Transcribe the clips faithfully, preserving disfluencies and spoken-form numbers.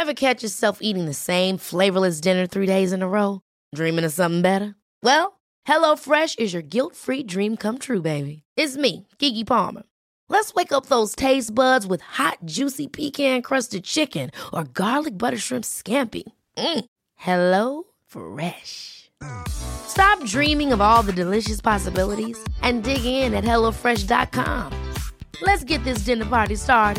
Ever catch yourself eating the same flavorless dinner three days in a row? Dreaming of something better? Well, HelloFresh is your guilt-free dream come true, baby. It's me, Keke Palmer. Let's wake up those taste buds with hot, juicy pecan-crusted chicken or garlic butter shrimp scampi. Mm. Hello Fresh. Stop dreaming of all the delicious possibilities and dig in at hello fresh dot com. Let's get this dinner party started.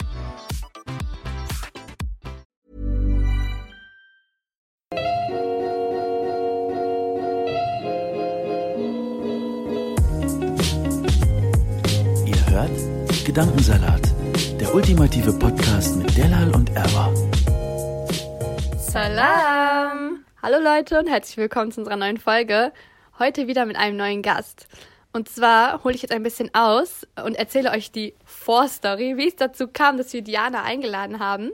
Ihr hört Gedankensalat, der ultimative Podcast mit Delal und Erwa. Salam! Hallo Leute und herzlich willkommen zu unserer neuen Folge. Heute wieder mit einem neuen Gast. Und zwar hole ich jetzt ein bisschen aus und erzähle euch die Vorstory, wie es dazu kam, dass wir Diana eingeladen haben.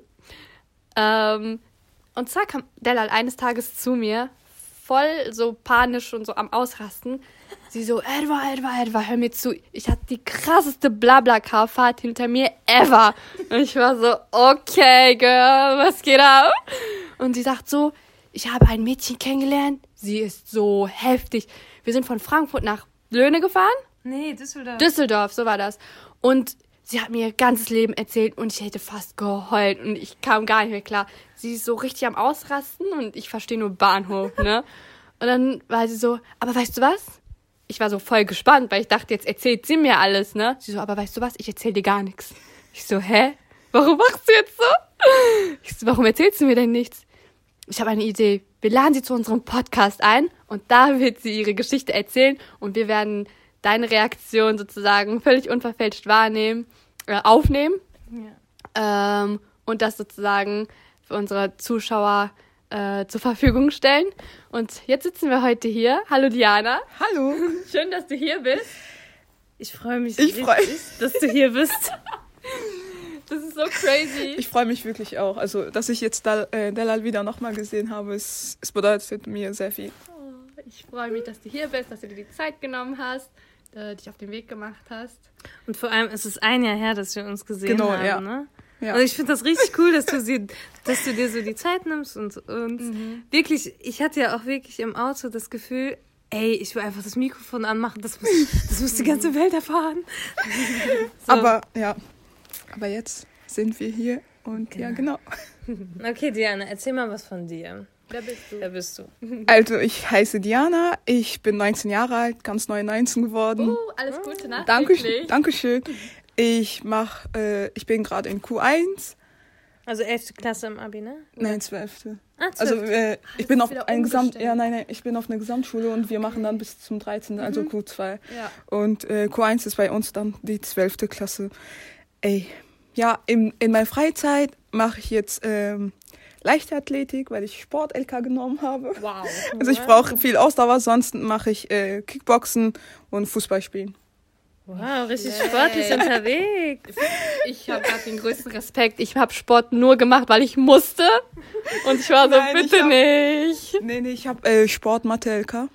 Ähm, und zwar kam Delal eines Tages zu mir, voll so panisch und so am Ausrasten. Sie so, Erwa, Erwa, Erwa, hör mir zu. Ich hatte die krasseste Blablacar-Fahrt hinter mir ever. Und ich war so, okay, Girl, was geht ab? Und sie sagt so, ich habe ein Mädchen kennengelernt. Sie ist so heftig. Wir sind von Frankfurt nach Löhne gefahren. Nee, Düsseldorf. Düsseldorf, so war das. Und sie hat mir ihr ganzes Leben erzählt und ich hätte fast geheult und ich kam gar nicht mehr klar. Sie ist so richtig am Ausrasten und ich verstehe nur Bahnhof, ne? Und dann war sie so, aber weißt du was? Ich war so voll gespannt, weil ich dachte, jetzt erzählt sie mir alles, ne? Sie so, aber weißt du was? Ich erzähl dir gar nichts. Ich so, hä? Warum machst du jetzt so? Ich so, warum erzählst du mir denn nichts? Ich habe eine Idee. Wir laden sie zu unserem Podcast ein und da wird sie ihre Geschichte erzählen und wir werden deine Reaktion sozusagen völlig unverfälscht wahrnehmen, äh, aufnehmen ja. ähm, und das sozusagen für unsere Zuschauer äh, zur Verfügung stellen. Und jetzt sitzen wir heute hier. Hallo Diana. Hallo. Schön, dass du hier bist. Ich freue mich, ich freu richtig, dass du hier bist. Das ist so crazy. Ich freue mich wirklich auch. Also, dass ich jetzt Dal- äh, Delal wieder nochmal gesehen habe, es, es bedeutet mir sehr viel. Oh, ich freue mich, dass du hier bist, dass du dir die Zeit genommen hast, äh, dich auf den Weg gemacht hast. Und vor allem ist es ein Jahr her, dass wir uns gesehen genau, haben, ja. ne? Ja. Und ich finde das richtig cool, dass du, sie, dass du dir so die Zeit nimmst und, und mhm. wirklich, ich hatte ja auch wirklich im Auto das Gefühl, ey, ich will einfach das Mikrofon anmachen, das muss, das muss die ganze Welt erfahren. So. Aber, ja, aber jetzt sind wir hier und genau. ja, genau. Okay, Diana, erzähl mal was von dir. Wer bist du? Wer bist du? Also, ich heiße Diana, ich bin neunzehn Jahre alt, ganz neu neunzehn geworden. Uh, alles Gute, ne? Dankeschön, Dankeschön. Ich mach, äh, ich bin gerade in Q eins. Also elfte Klasse im Abi, ne? Nein, zwölfte. Ah, zwölfte. Also äh, ich bin auf ein Gesamt, umgestellt. ja nein, nein, ich bin auf einer Gesamtschule und wir machen dann bis zum dreizehnten also Mhm. Q zwei. Ja. Und äh, Q eins ist bei uns dann die zwölfte Klasse. Ey, ja, in, in meiner Freizeit mache ich jetzt ähm, Leichtathletik, weil ich Sport-L K genommen habe. Wow. Also ich brauche viel Ausdauer, sonst mache ich äh, Kickboxen und Fußball spielen. Wow, richtig Yay. sportlich unterwegs. Ich habe gerade den größten Respekt. Ich habe Sport nur gemacht, weil ich musste. Und ich war so, Nein, bitte ich hab, nicht. Nee, nee, ich habe äh, Sport-Mathe-L K.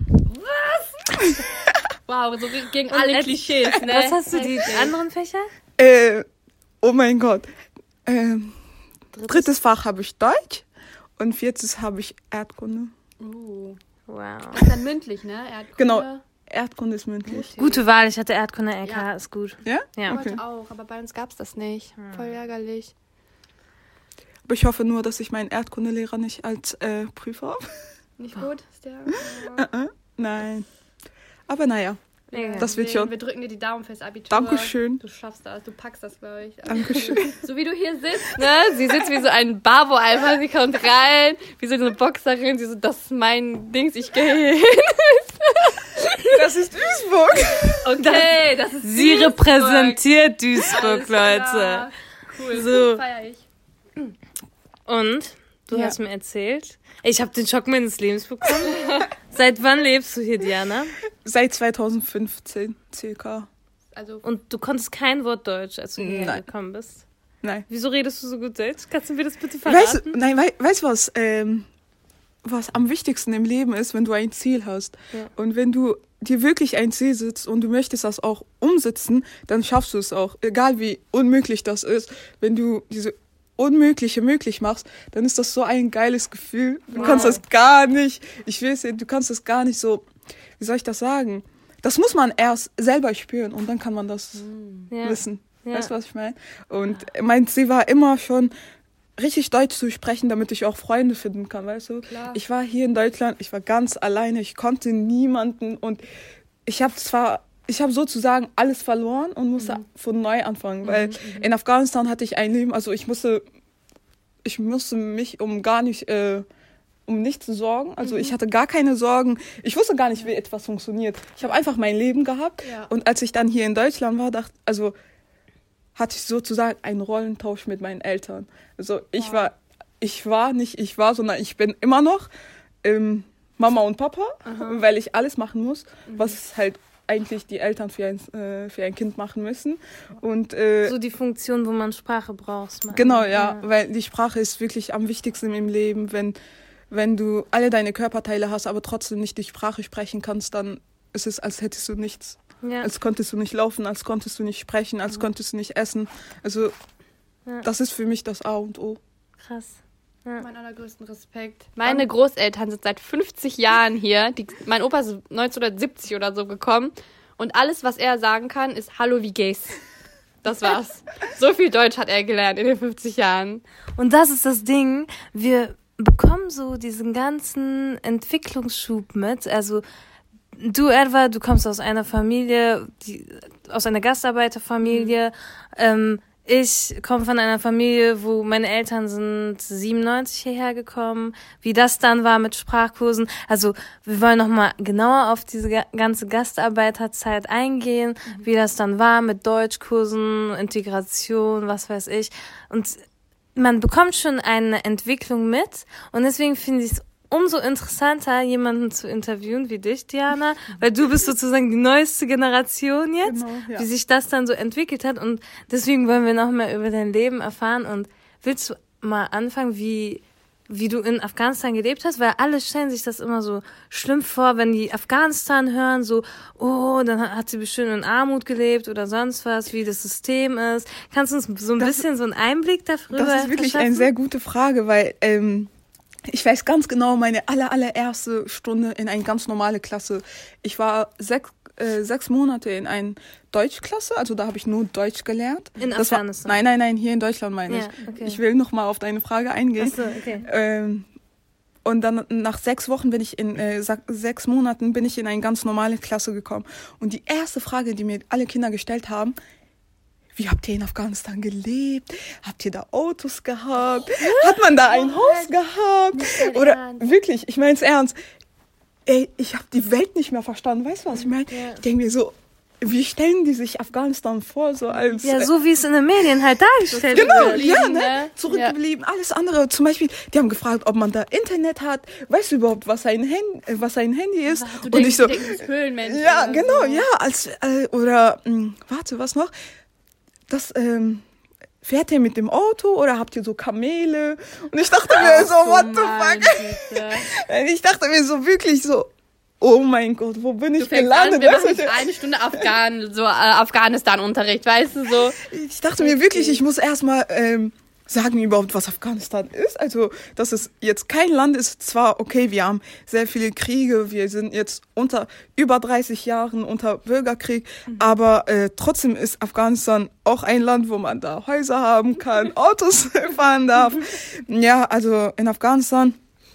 Wow, so gegen alle als- Klischees, ne? Was hast du, die anderen Fächer? Äh, oh mein Gott. Ähm, drittes Fach habe ich Deutsch und viertes habe ich Erdkunde. Uh. Wow. Das ist dann mündlich, ne? Erdkunde. Genau. Erdkunde ist mündlich. Gute Wahl, ich hatte Erdkunde L K, Ja. ist gut. Ja? Ja. Okay. Heute auch, aber bei uns gab's das nicht. Voll ärgerlich. Aber ich hoffe nur, dass ich meinen Erdkundelehrer nicht als äh, Prüfer habe. Nicht gut? Ist der? Äh, äh, Nein. Aber naja, Egal. das wird schon. Wir drücken dir die Daumen fürs Abitur. Dankeschön. Du schaffst das, du packst das, glaube ich. Dankeschön. So wie du hier sitzt, ne? Sie sitzt wie so ein Babo einfach, sie kommt rein, wie so eine Boxerin, sie so, das ist mein Dings, ich gehe hin. Das ist Duisburg. Okay, das ist Sie Duisburg. repräsentiert Duisburg, Alles Leute. klar. Cool, So. feier ich. Und? Du Ja. hast mir erzählt. Ich habe den Schock meines Lebens bekommen. Seit wann lebst du hier, Diana? Seit zweitausendfünfzehn circa. Also, Und du konntest kein Wort Deutsch, als du hierher Nein. gekommen bist. Nein. Wieso redest du so gut Deutsch? Kannst du mir das bitte Weißt verraten? du, nein, wei- weißt du was, ähm, was am wichtigsten im Leben ist, wenn du ein Ziel hast. Ja. Und wenn du dir wirklich ein Ziel setzt und du möchtest das auch umsetzen, dann schaffst du es auch. Egal wie unmöglich das ist, wenn du diese Unmögliche möglich machst, dann ist das so ein geiles Gefühl. Du wow. kannst das gar nicht, ich weiß nicht, du kannst das gar nicht so, wie soll ich das sagen? Das muss man erst selber spüren und dann kann man das ja. wissen. Ja. Weißt du, was ich meine? Und mein Ziel war immer schon, richtig Deutsch zu sprechen, damit ich auch Freunde finden kann, weißt du? Klar. Ich war hier in Deutschland, ich war ganz alleine, ich konnte niemanden und ich habe zwar, ich habe sozusagen alles verloren und musste mhm. von neu anfangen, weil mhm. in Afghanistan hatte ich ein Leben, also ich musste, ich musste mich um gar nicht, äh, um nichts zu sorgen, also mhm. ich hatte gar keine Sorgen, ich wusste gar nicht, wie etwas funktioniert. Ich habe einfach mein Leben gehabt ja. und als ich dann hier in Deutschland war, dachte, also hatte ich sozusagen einen Rollentausch mit meinen Eltern. Also ich wow. war, ich war nicht ich war, sondern ich bin immer noch ähm, Mama und Papa, aha. weil ich alles machen muss, mhm. was halt eigentlich die Eltern für ein, äh, für ein Kind machen müssen. Und, äh, so die Funktion, wo man Sprache braucht. Man. Genau, ja, ja, weil die Sprache ist wirklich am wichtigsten im Leben. Wenn, wenn du alle deine Körperteile hast, aber trotzdem nicht die Sprache sprechen kannst, dann ist es, als hättest du nichts. Ja. Als konntest du nicht laufen, als konntest du nicht sprechen, als ja. konntest du nicht essen. Also ja. das ist für mich das A und O. Krass. Ja. Mein allergrößten Respekt. Meine Großeltern sind seit fünfzig Jahren hier. Die, mein Opa ist neunzehnhundertsiebzig oder so gekommen. Und alles, was er sagen kann, ist Hallo, wie geht's? Das war's. So viel Deutsch hat er gelernt in den fünfzig Jahren. Und das ist das Ding. Wir bekommen so diesen ganzen Entwicklungsschub mit. Also du etwa, du kommst aus einer Familie, die, aus einer Gastarbeiterfamilie. Mhm. Ähm, ich komme von einer Familie, wo meine Eltern sind siebenundneunzig hierher gekommen. Wie das dann war mit Sprachkursen. Also wir wollen nochmal genauer auf diese ga- ganze Gastarbeiterzeit eingehen. Mhm. Wie das dann war mit Deutschkursen, Integration, was weiß ich. Und man bekommt schon eine Entwicklung mit. Und deswegen finde ich es umso interessanter, jemanden zu interviewen wie dich, Diana, weil du bist sozusagen die neueste Generation jetzt, genau, ja. wie sich das dann so entwickelt hat und deswegen wollen wir noch mehr über dein Leben erfahren und willst du mal anfangen, wie wie du in Afghanistan gelebt hast, weil alle stellen sich das immer so schlimm vor, wenn die Afghanistan hören, so, oh, dann hat sie bestimmt in Armut gelebt oder sonst was, wie das System ist. Kannst du uns so ein das, bisschen so einen Einblick darüber Das ist wirklich eine sehr gute Frage, weil ähm, ich weiß ganz genau, meine aller, allererste Stunde in eine ganz normale Klasse. Ich war sechs, äh, sechs Monate in einer Deutschklasse, also da habe ich nur Deutsch gelernt. In das Afghanistan? War, nein, nein, nein, hier in Deutschland meine ich. Ja, okay. Ich will noch mal auf deine Frage eingehen. Ach so, okay. Ähm, und dann nach sechs Wochen bin ich in, äh, sechs Monaten bin ich in eine ganz normale Klasse gekommen. Und die erste Frage, die mir alle Kinder gestellt haben, wie habt ihr in Afghanistan gelebt? Habt ihr da Autos gehabt? Hat man da ein Haus gehabt? Oder ernst. Wirklich, ich meine es ernst. Ey, ich habe die Welt nicht mehr verstanden. Weißt du, was ich meine? Ja. Ich denke mir so, wie stellen die sich Afghanistan vor? So als, ja, so wie es in den Medien halt dargestellt wird. Genau, ja, ne? Zurückgeblieben, ja. Alles andere. Zum Beispiel, die haben gefragt, ob man da Internet hat. Weißt du überhaupt, was ein Handy, was ein Handy ist? Ach, du Und denkst, ich so, denkst, Höhlenmensch ja, genau, so. ja. Als, äh, oder, mh, warte, was noch? Das, ähm, fährt ihr mit dem Auto oder habt ihr so Kamele? Und ich dachte mir so, what the fuck? Ich dachte mir so wirklich so, oh mein Gott, wo bin ich gelandet? An, wir machen jetzt eine Stunde Afghan, so, äh, Afghanistan-Unterricht, weißt du, so. Ich dachte mir wirklich, ich muss erstmal, ähm, sagen überhaupt, was Afghanistan ist. Also, dass es jetzt kein Land ist. Zwar, okay, wir haben sehr viele Kriege, wir sind jetzt unter über dreißig Jahren unter Bürgerkrieg, mhm. aber äh, trotzdem ist Afghanistan auch ein Land, wo man da Häuser haben kann, Autos fahren darf. Ja, also in Afghanistan,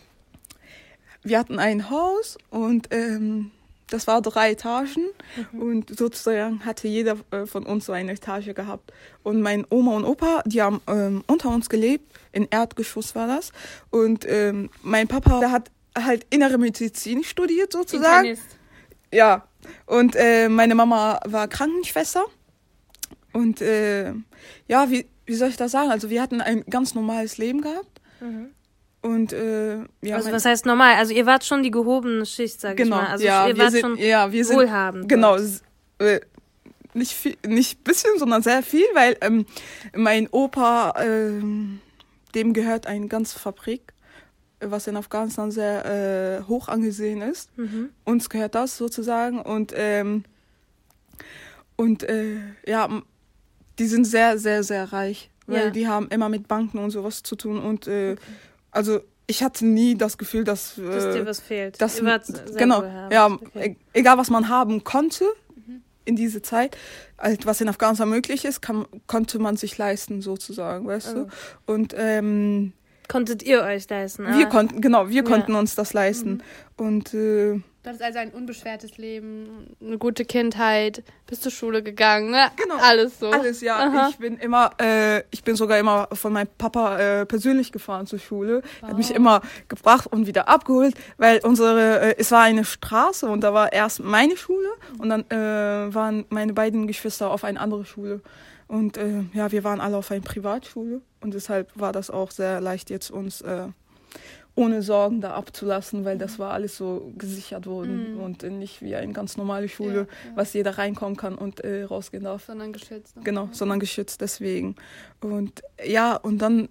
wir hatten ein Haus und ähm, das war drei Etagen mhm. und sozusagen hatte jeder äh, von uns so eine Etage gehabt. Und mein Oma und Opa, die haben ähm, unter uns gelebt, in Erdgeschoss war das. Und ähm, mein Papa, der hat halt innere Medizin studiert sozusagen. Internist. Ja, und äh, meine Mama war Krankenschwester. Und äh, ja, wie, wie soll ich das sagen? Also wir hatten ein ganz normales Leben gehabt. Mhm. Und, äh, ja, also was heißt normal? Also ihr wart schon die gehobene Schicht, sag genau, ich mal. Also ja, ihr wart sind, schon ja, wir sind, wohlhabend. Genau, äh, nicht viel, nicht bisschen, sondern sehr viel, weil ähm, mein Opa, ähm, dem gehört eine ganze Fabrik, was in Afghanistan sehr äh, hoch angesehen ist. Mhm. Uns gehört das sozusagen und ähm, und äh, ja, die sind sehr, sehr, sehr reich. weil Ja. die haben immer mit Banken und sowas zu tun und äh, also ich hatte nie das Gefühl, dass, äh, Dass dir was fehlt. dass Ihr wart sehr genau, wohlhabend. ja, Okay. e- egal was man haben konnte in dieser Zeit, halt, was in Afghanistan möglich ist, kann, konnte man sich leisten sozusagen, weißt du? Und ähm, Konntet ihr euch leisten? wir ah. konnten, genau, wir Ja. konnten uns das leisten. Und äh, Du hattest also ein unbeschwertes Leben, eine gute Kindheit, bist zur Schule gegangen, ne? Genau. Alles so. alles, ja. Aha. Ich bin immer, äh, ich bin sogar immer von meinem Papa äh, persönlich gefahren zur Schule. Er hat mich immer gebracht und wieder abgeholt, weil unsere, äh, es war eine Straße und da war erst meine Schule und dann äh, waren meine beiden Geschwister auf eine andere Schule. Und äh, ja, wir waren alle auf einer Privatschule und deshalb war das auch sehr leicht jetzt uns äh, ohne Sorgen da abzulassen, weil das war alles so gesichert worden und äh, nicht wie eine ganz normale Schule, Ja, ja. was jeder reinkommen kann und äh, rausgehen darf. Sondern geschützt. Ne? Genau, sondern geschützt deswegen. Und ja, und dann,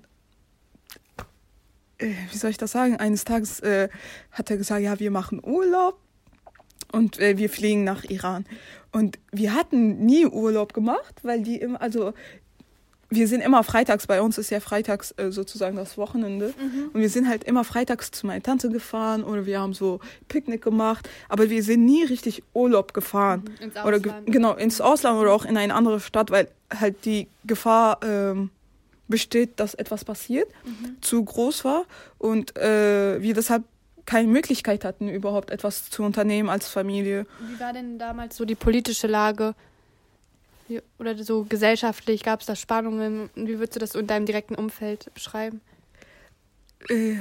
äh, wie soll ich das sagen, eines Tages äh, hat er gesagt, ja, wir machen Urlaub und äh, wir fliegen nach Iran. Und wir hatten nie Urlaub gemacht, weil die immer, also wir sind immer freitags, bei uns ist ja freitags äh, sozusagen das Wochenende. Und wir sind halt immer freitags zu meiner Tante gefahren oder wir haben so Picknick gemacht, aber wir sind nie richtig Urlaub gefahren. Ins Oder ge- Ausland. genau, ins Ausland oder auch in eine andere Stadt, weil halt die Gefahr ähm, besteht, dass etwas passiert, zu groß war und äh, wir deshalb keine Möglichkeit hatten, überhaupt etwas zu unternehmen als Familie. Wie war denn damals so die politische Lage? Wie, oder so gesellschaftlich, gab es da Spannungen? Wie würdest du das in deinem direkten Umfeld beschreiben? Äh,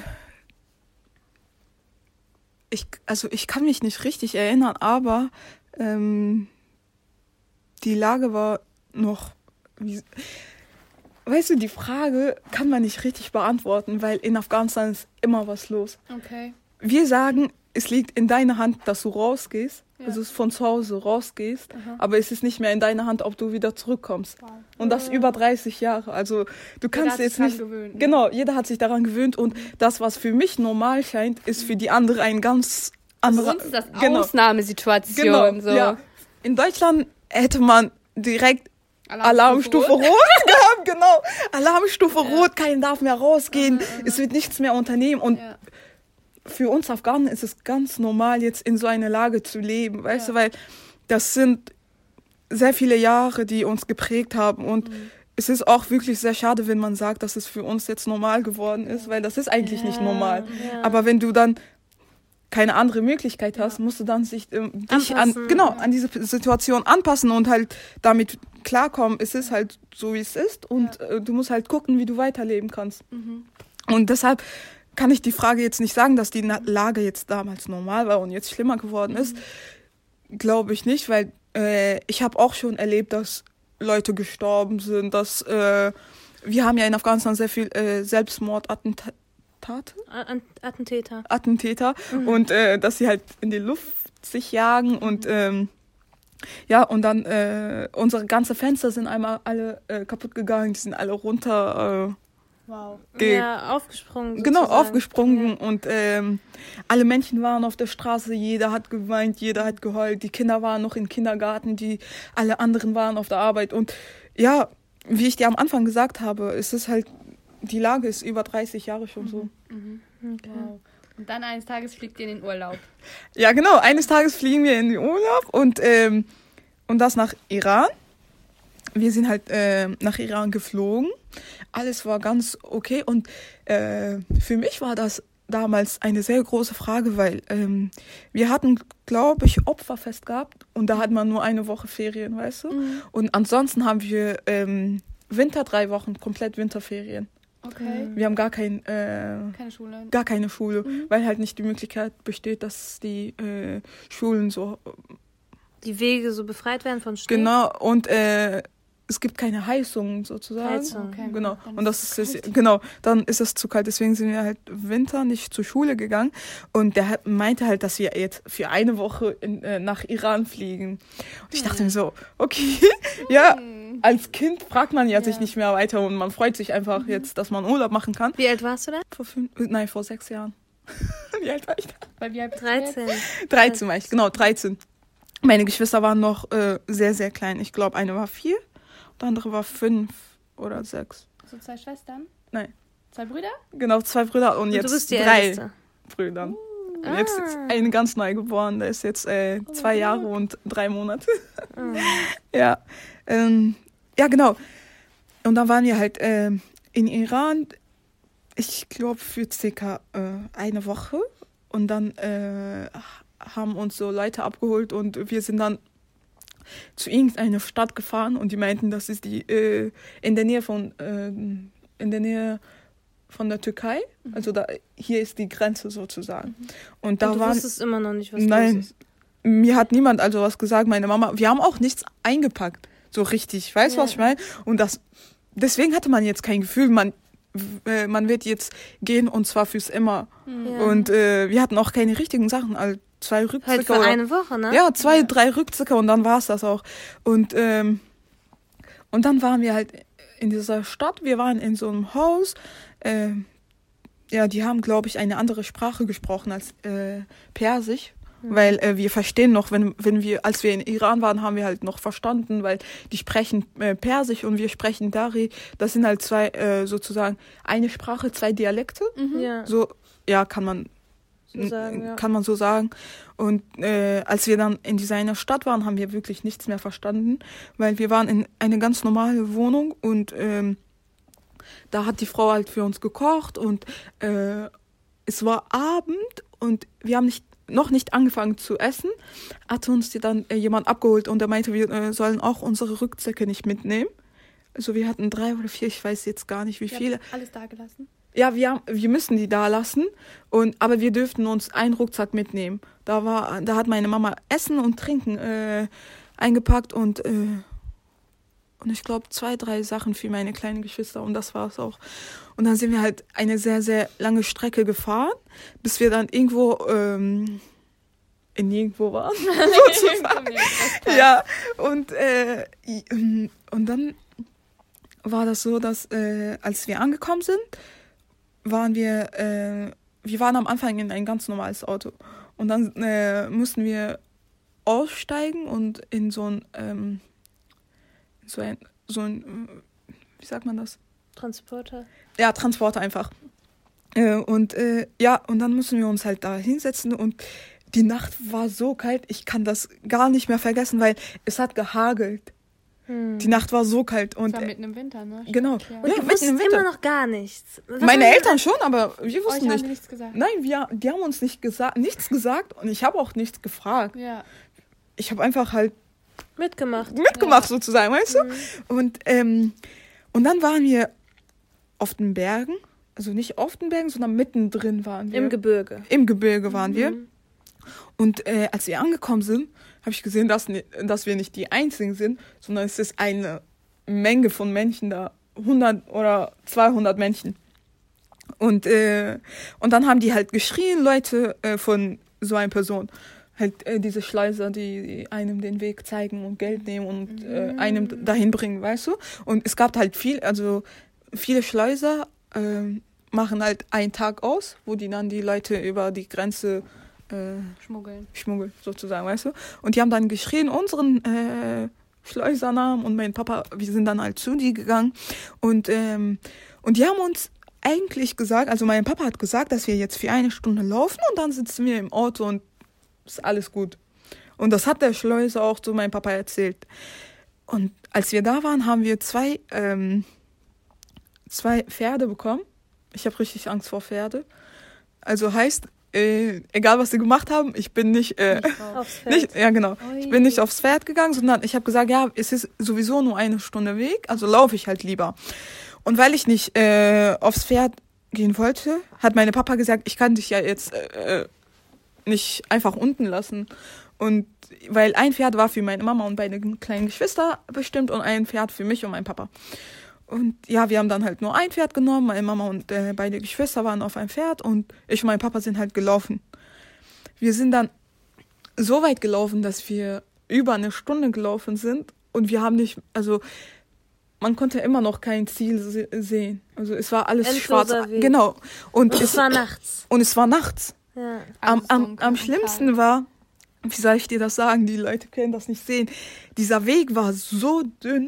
ich, also ich kann mich nicht richtig erinnern, aber ähm, die Lage war noch, wie, weißt du, die Frage kann man nicht richtig beantworten, weil in Afghanistan ist immer was los. Okay. Wir sagen, es liegt in deiner Hand, dass du rausgehst, Ja. also von zu Hause rausgehst, aber es ist nicht mehr in deiner Hand, ob du wieder zurückkommst. Wow. Und das über dreißig Jahre. Also du kannst hat sich jetzt dran nicht. gewöhnt, ne? Genau, jeder hat sich daran gewöhnt und das, was für mich normal scheint, ist für die andere ein ganz Für anderer. uns ist das genau, Ausnahmesituation. genau, so. ja. In Deutschland hätte man direkt Alarmstufe Rot. Rot gehabt, genau. Alarmstufe Rot, keiner darf mehr rausgehen, es wird nichts mehr unternehmen und Ja. für uns Afghanen ist es ganz normal, jetzt in so einer Lage zu leben, weißt Ja. du, weil das sind sehr viele Jahre, die uns geprägt haben und Mhm. es ist auch wirklich sehr schade, wenn man sagt, dass es für uns jetzt normal geworden ist, weil das ist eigentlich nicht normal. Ja. Aber wenn du dann keine andere Möglichkeit hast, musst du dann sich ähm, dich an, Anpassen. genau, an diese Situation anpassen und halt damit klarkommen. Es ist halt so, wie es ist und äh, du musst halt gucken, wie du weiterleben kannst. Mhm. Und deshalb kann ich die Frage jetzt nicht sagen, dass die Na- Lage jetzt damals normal war und jetzt schlimmer geworden ist. Glaube ich nicht, weil äh, ich habe auch schon erlebt, dass Leute gestorben sind, dass äh, wir haben ja in Afghanistan sehr viel äh, Selbstmordattentate, An- Attentäter. Attentäter und äh, dass sie halt in die Luft sich jagen und ähm, ja, und dann äh, unsere ganzen Fenster sind einmal alle äh, kaputt gegangen, die sind alle runter äh, Wow. ge- Ja, aufgesprungen. Genau, sozusagen. aufgesprungen und ähm, alle Menschen waren auf der Straße, jeder hat geweint, jeder hat geheult, die Kinder waren noch im Kindergarten, die alle anderen waren auf der Arbeit und ja, wie ich dir am Anfang gesagt habe, es ist halt, die Lage ist über dreißig Jahre schon so. Wow. Und dann eines Tages fliegt ihr in den Urlaub. Ja, genau, eines Tages fliegen wir in den Urlaub und, ähm, und das nach Iran. Wir sind halt äh, nach Iran geflogen. Alles war ganz okay und äh, für mich war das damals eine sehr große Frage, weil ähm, wir hatten, glaube ich, Opferfest gehabt und da hat man nur eine Woche Ferien, weißt du? Und ansonsten haben wir ähm, Winter, drei Wochen, komplett Winterferien. Okay. Wir haben gar kein, äh, Keine Schule. gar keine Schule, weil halt nicht die Möglichkeit besteht, dass die äh, Schulen so Die Wege so befreit werden von Schnee. genau und äh, es gibt keine Heizung sozusagen. Heizung. Okay. Genau. Dann Und ist das es ist genau, dann ist es zu kalt. Deswegen sind wir halt Winter nicht zur Schule gegangen. Und der hat- meinte halt, dass wir jetzt für eine Woche in, äh, nach Iran fliegen. Und ich dachte mir so, okay, ja, als Kind fragt man ja, sich Ja. nicht mehr weiter und man freut sich einfach jetzt, dass man Urlaub machen kann. Wie alt warst du da? Vor fünf, äh, nein, vor sechs Jahren. Wie alt war ich da? Weil wie alt bist du jetzt? dreizehn. dreizehn war ich, genau, dreizehn. Meine Geschwister waren noch äh, sehr, sehr klein. Ich glaube, eine war vier, die andere war fünf oder sechs. du zwei Schwestern? Nein. Zwei Brüder? Genau, zwei Brüder und, Und jetzt du bist die drei Älteste. Brüder. Uh, Und jetzt ist ein ganz neu geboren, der ist jetzt äh, zwei Jahre und drei Monate. Oh. Ja, ähm, ja, genau. Und dann waren wir halt äh, in Iran, ich glaube für circa äh, eine Woche. Und dann äh, haben uns so Leute abgeholt und wir sind dann zu irgendeiner Stadt gefahren und die meinten, das ist die äh, in der Nähe von äh, in der Nähe von der Türkei. Mhm. Also da hier ist die Grenze sozusagen. Mhm. Und da und du waren wusstest immer noch nicht, was nein, los ist. Mir hat niemand also was gesagt, meine Mama. Wir haben auch nichts eingepackt, so richtig. Weißt du, Ja. was ich meine? Und das deswegen hatte man jetzt kein Gefühl, man äh, man wird jetzt gehen und zwar fürs immer. Ja. Und äh, wir hatten auch keine richtigen Sachen, also zwei Rückzüge. Halt für oder, eine Woche, ne? Ja, zwei, ja. drei Rückzüge und dann war es das auch. Und, ähm, und dann waren wir halt in dieser Stadt, wir waren in so einem Haus, äh, ja, die haben, glaube ich, eine andere Sprache gesprochen als äh, Persisch. Mhm. Weil äh, wir verstehen noch, wenn, wenn wir, als wir in Iran waren, haben wir halt noch verstanden, weil die sprechen äh, Persisch und wir sprechen Dari. Das sind halt zwei, äh, sozusagen, eine Sprache, zwei Dialekte. Mhm. Ja, So, ja, kann man so sagen, ja. kann man so sagen. Und äh, als wir dann in dieser eine Stadt waren, haben wir wirklich nichts mehr verstanden, weil wir waren in eine ganz normale Wohnung und ähm, da hat die Frau halt für uns gekocht und äh, es war Abend und wir haben nicht, noch nicht angefangen zu essen, hat uns die dann äh, jemand abgeholt und er meinte, wir äh, sollen auch unsere Rucksäcke nicht mitnehmen. Also wir hatten drei oder vier, ich weiß jetzt gar nicht wie Ihr viele. habt alles da gelassen? Ja, wir, haben, wir müssen die da lassen, und, aber wir dürften uns einen Rucksack mitnehmen. Da, war, da hat meine Mama Essen und Trinken äh, eingepackt und, äh, und ich glaube zwei, drei Sachen für meine kleinen Geschwister und das war es auch. Und dann sind wir halt eine sehr, sehr lange Strecke gefahren, bis wir dann irgendwo ähm, in nirgendwo waren. sozusagen. Ja, und, äh, und dann war das so, dass äh, als wir angekommen sind, waren wir, äh, wir waren am Anfang in ein ganz normales Auto. Und dann äh, mussten wir aussteigen und in so ein, ähm, so ein, so ein, wie sagt man das? Transporter. Ja, Transporter einfach. Äh, und äh, ja, und dann mussten wir uns halt da hinsetzen und die Nacht war so kalt, ich kann das gar nicht mehr vergessen, weil es hat gehagelt. Hm. Die Nacht war so kalt. Und Das war mitten im Winter, ne? genau. Ja. Und Ja, du mitten wusstest im Winter. immer noch gar nichts. Was Meine haben die- Eltern schon, aber wir Euch wussten haben nicht. die nichts gesagt. Nein, wir, die haben uns nicht gesagt, nichts gesagt und ich habe auch nichts gefragt. Ja. Ich habe einfach halt mitgemacht. mitgemacht sozusagen, weißt du? Mhm. Und, ähm, und dann waren wir auf den Bergen, also nicht auf den Bergen, sondern mittendrin waren wir. Im Gebirge. Im Gebirge waren wir. Mhm. Und äh, als wir angekommen sind, habe ich gesehen, dass, ni- dass wir nicht die Einzigen sind, sondern es ist eine Menge von Menschen da. hundert oder zweihundert Menschen. Und, äh, und dann haben die halt geschrien, Leute äh, von so einer Person. Halt äh, diese Schleuser, die, die einem den Weg zeigen und Geld nehmen und äh, einem dahin bringen, weißt du? Und es gab halt viel, also viele Schleuser äh, machen halt einen Tag aus, wo die dann die Leute über die Grenze äh, Schmuggeln. schmuggeln, sozusagen, weißt du? Und die haben dann geschrien, unseren äh, Schleusernamen, und mein Papa, wir sind dann halt zu die gegangen und, ähm, und die haben uns eigentlich gesagt, also mein Papa hat gesagt, dass wir jetzt für eine Stunde laufen und dann sitzen wir im Auto und ist alles gut. Und das hat der Schleuser auch zu meinem Papa erzählt. Und als wir da waren, haben wir zwei, ähm, zwei Pferde bekommen. Ich habe richtig Angst vor Pferde. Also heißt, äh, egal was sie gemacht haben, ich bin nicht, äh, Aufs Feld. nicht, ja genau, ich bin nicht aufs Pferd gegangen, sondern ich habe gesagt, ja, es ist sowieso nur eine Stunde Weg, also laufe ich halt lieber. Und weil ich nicht äh, aufs Pferd gehen wollte, hat meine Papa gesagt, ich kann dich ja jetzt äh, nicht einfach unten lassen. Und weil ein Pferd war für meine Mama und meine kleinen Geschwister bestimmt und ein Pferd für mich und meinen Papa. Und ja, wir haben dann halt nur ein Pferd genommen, meine Mama und äh, beide Geschwister waren auf einem Pferd und ich und mein Papa sind halt gelaufen. Wir sind dann so weit gelaufen, dass wir über eine Stunde gelaufen sind und wir haben nicht, also man konnte immer noch kein Ziel se- sehen. Also es war alles Endloser schwarz. Weg. Genau. Und, Und es war nachts. Und es war nachts. Ja. Am, Alles am, dunkel am und schlimmsten kalt. war, wie soll ich dir das sagen, die Leute können das nicht sehen, dieser Weg war so dünn,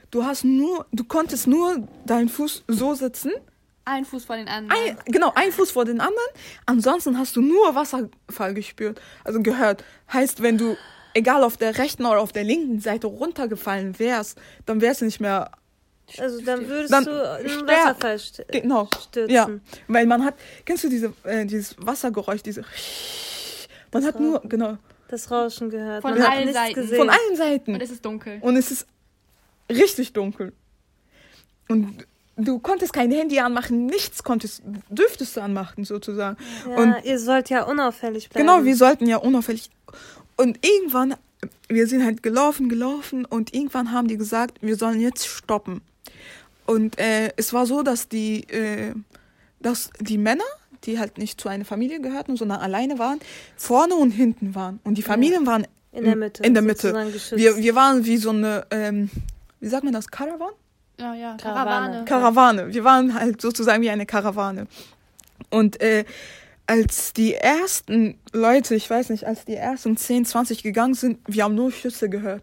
du hast nur, du konntest nur deinen Fuß so sitzen. Ein Fuß vor den anderen. Ein, genau, ein Fuß vor den anderen. Ansonsten hast du nur Wasserfall gespürt, also gehört. Heißt, wenn du, egal auf der rechten oder auf der linken Seite runtergefallen wärst, dann wärst du nicht mehr... Also dann würdest dann du in den sterb- Wasserfall st- Genau, stürzen. ja. Weil man hat, kennst du diese, äh, dieses Wassergeräusch, diese... Man hat nur, genau, Das Rauschen gehört. Von Man hat allen nichts Seiten. gesehen. von allen Seiten. Und es ist dunkel. Und es ist richtig dunkel. Und du konntest kein Handy anmachen, nichts konntest, dürftest du anmachen, sozusagen. Ja, Und ihr sollt ja unauffällig bleiben. genau, wir sollten ja unauffällig. Und irgendwann, wir sind halt gelaufen, gelaufen und irgendwann haben die gesagt, wir sollen jetzt stoppen. Und äh, es war so, dass die, äh, dass die Männer, die halt nicht zu einer Familie gehörten, sondern alleine waren, vorne und hinten waren. Und die Familien waren In der Mitte. In der Mitte. sozusagen geschützt. Wir, wir waren wie so eine, ähm, wie sagt man das, Caravan? Ja, ja, Karawane. Karawane. Karawane. Wir waren halt sozusagen wie eine Karawane. Und äh, als die ersten Leute, ich weiß nicht, als die ersten zehn, zwanzig gegangen sind, wir haben nur Schüsse gehört.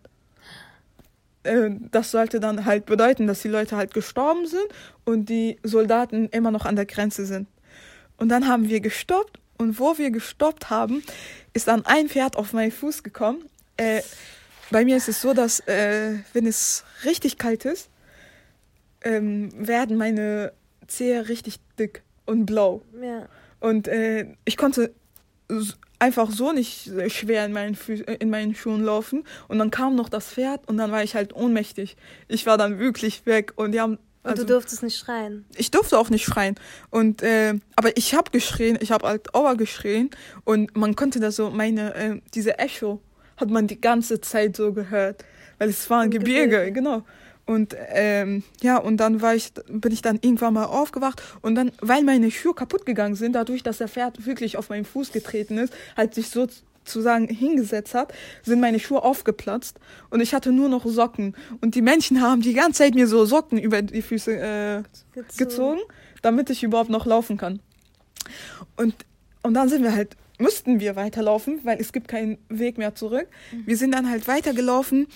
Äh, das sollte dann halt bedeuten, dass die Leute halt gestorben sind und die Soldaten immer noch an der Grenze sind. Und dann haben wir gestoppt und wo wir gestoppt haben, ist dann ein Pferd auf meinen Fuß gekommen. Äh, bei mir ist es so, dass äh, wenn es richtig kalt ist, ähm, werden meine Zehe richtig dick und blau. Ja. Und äh, ich konnte s- einfach so nicht äh, schwer in meinen, Fü- äh, in meinen Schuhen laufen. Und dann kam noch das Pferd und dann war ich halt ohnmächtig. Ich war dann wirklich weg. Und die haben, Und also, du durftest nicht schreien. ich durfte auch nicht schreien. Und, äh, aber ich habe geschrien, ich habe halt Aua geschrien. Und man konnte da so, meine, äh, diese Echo hat man die ganze Zeit so gehört. Weil es war ein Im Gebirge, Gebirge. genau. Und ähm, ja, und dann war ich, bin ich dann irgendwann mal aufgewacht und dann, weil meine Schuhe kaputt gegangen sind, dadurch, dass der Pferd wirklich auf meinen Fuß getreten ist, halt sich sozusagen hingesetzt hat, sind meine Schuhe aufgeplatzt und ich hatte nur noch Socken. Und die Menschen haben die ganze Zeit mir so Socken über die Füße äh, Gezogen. gezogen, damit ich überhaupt noch laufen kann. Und, und dann sind wir halt, mussten wir weiterlaufen, weil es gibt keinen Weg mehr zurück. Wir sind dann halt weitergelaufen.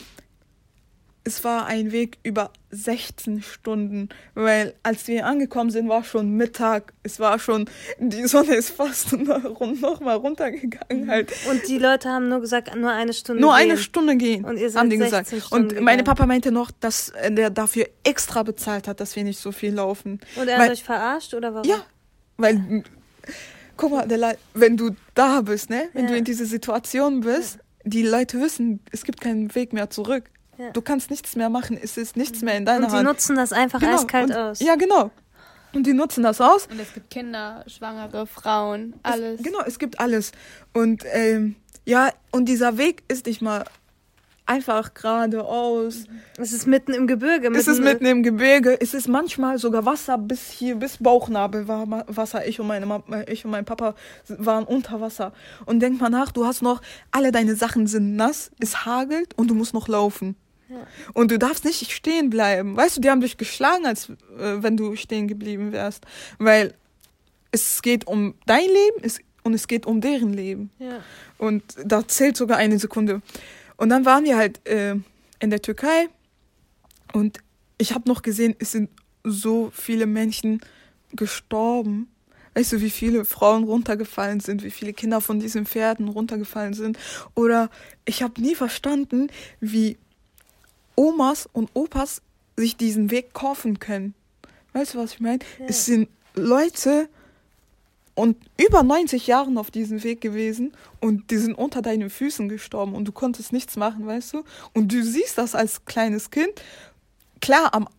Es war ein Weg über sechzehn Stunden, weil als wir angekommen sind, war schon Mittag. Es war schon, die Sonne ist fast noch mal runtergegangen halt. Und die Leute haben nur gesagt, nur eine Stunde Nur gehen. eine Stunde gehen, Und ihr seid haben die gesagt. sechzehn Stunden Und meine gegangen. Papa meinte noch, dass äh, der dafür extra bezahlt hat, dass wir nicht so viel laufen. Und er weil, hat euch verarscht oder warum? Ja, weil, guck mal, der Le- wenn du da bist, ne, wenn Ja. du in dieser Situation bist, die Leute wissen, es gibt keinen Weg mehr zurück. Ja. Du kannst nichts mehr machen, es ist nichts mehr in deiner Und die Hand. nutzen das einfach Genau, eiskalt und, aus. Ja, genau. Und die nutzen das aus. Und es gibt Kinder, Schwangere, Frauen, alles. Es, genau, es gibt alles. Und ähm, ja, und dieser Weg ist nicht mal einfach geradeaus. Es ist mitten im Gebirge. Es ist mitten im Gebirge. Es ist manchmal sogar Wasser bis hier, bis Bauchnabel war ma- Wasser. Ich und, meine Ma- ich und mein Papa waren unter Wasser. Und denk mal nach, du hast noch, alle deine Sachen sind nass, es hagelt und du musst noch laufen. Ja. Und du darfst nicht stehen bleiben. Weißt du, die haben dich geschlagen, als äh, wenn du stehen geblieben wärst. Weil es geht um dein Leben es, und es geht um deren Leben. Ja. Und da zählt sogar eine Sekunde. Und dann waren wir halt äh, in der Türkei und ich habe noch gesehen, es sind so viele Menschen gestorben. Weißt du, wie viele Frauen runtergefallen sind, wie viele Kinder von diesen Pferden runtergefallen sind. Oder ich habe nie verstanden, wie Omas und Opas sich diesen Weg kaufen können. Weißt du, was ich meine? Ja. Es sind Leute und über neunzig Jahren auf diesem Weg gewesen und die sind unter deinen Füßen gestorben und du konntest nichts machen, weißt du? Und du siehst das als kleines Kind. Klar, am,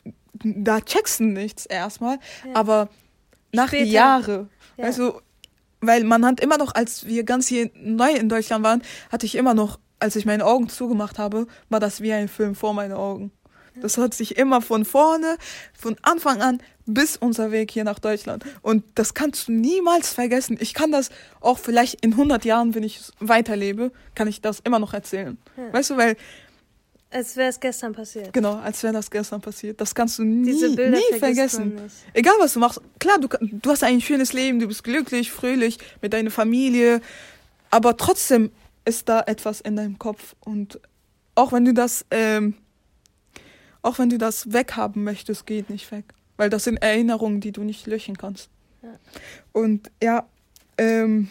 da checkst du nichts erstmal, Ja. aber nach Später. die Jahre, Ja. weißt du, weil man hat immer noch, als wir ganz hier neu in Deutschland waren, hatte ich immer noch, als ich meine Augen zugemacht habe, war das wie ein Film vor meinen Augen. Das hat sich immer von vorne, von Anfang an bis unser Weg hier nach Deutschland. Und das kannst du niemals vergessen. Ich kann das auch vielleicht in hundert Jahren, wenn ich weiterlebe, kann ich das immer noch erzählen. Ja. Weißt du, weil, Als wäre es gestern passiert. genau, als wäre das gestern passiert. Das kannst du nie, Diese Bilder nie vergisst vergessen. man nicht. Egal, was du machst. Klar, du, du hast ein schönes Leben, du bist glücklich, fröhlich mit deiner Familie. Aber trotzdem ist da etwas in deinem Kopf. Und auch wenn du das... Ähm, auch wenn du das weghaben möchtest, geht nicht weg. Weil das sind Erinnerungen, die du nicht löschen kannst. Ja. Und ja, ähm,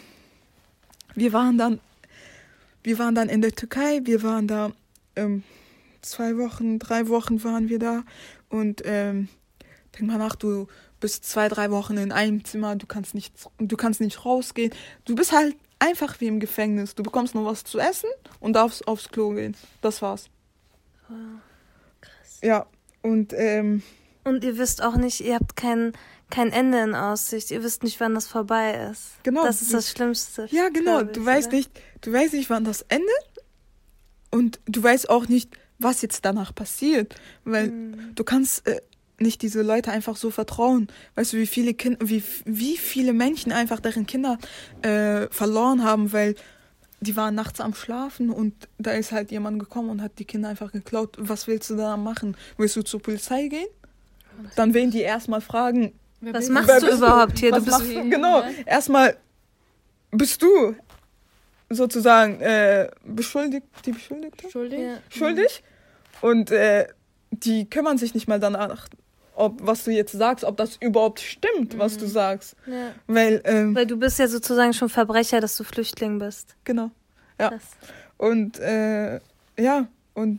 wir waren dann, wir waren dann in der Türkei, wir waren da ähm, zwei Wochen, drei Wochen waren wir da. Und ähm, denk mal nach, du bist zwei, drei Wochen in einem Zimmer, du kannst nicht, du kannst nicht rausgehen. Du bist halt einfach wie im Gefängnis. Du bekommst nur was zu essen und darfst aufs Klo gehen. Das war's. Wow, krass. Ja, und ähm, Und ihr wisst auch nicht, ihr habt kein, kein Ende in Aussicht. Ihr wisst nicht, wann das vorbei ist. Genau. Das ist das Schlimmste. Ja, genau. Ich, du weißt oder? nicht, du weißt nicht, wann das endet. Und du weißt auch nicht, was jetzt danach passiert. Weil Mhm. du kannst äh, nicht diese Leute einfach so vertrauen. Weißt du, wie viele Kinder, wie, wie viele Menschen einfach deren Kinder äh, verloren haben, weil die waren nachts am Schlafen und da ist halt jemand gekommen und hat die Kinder einfach geklaut. Was willst du da machen? Willst du zur Polizei gehen? Dann werden die erstmal fragen, Was Wer machst wer du bist überhaupt hier? was Du bist machst du? Genau, erstmal bist du sozusagen äh, beschuldigt, die Beschuldigte? Schuldig? Ja. Schuldig. Und äh, die kümmern sich nicht mal danach, ob was du jetzt sagst, ob das überhaupt stimmt, was du sagst. Ja. Weil, ähm, Weil du bist ja sozusagen schon Verbrecher, dass du Flüchtling bist. genau. Ja. Krass. Und äh, ja, und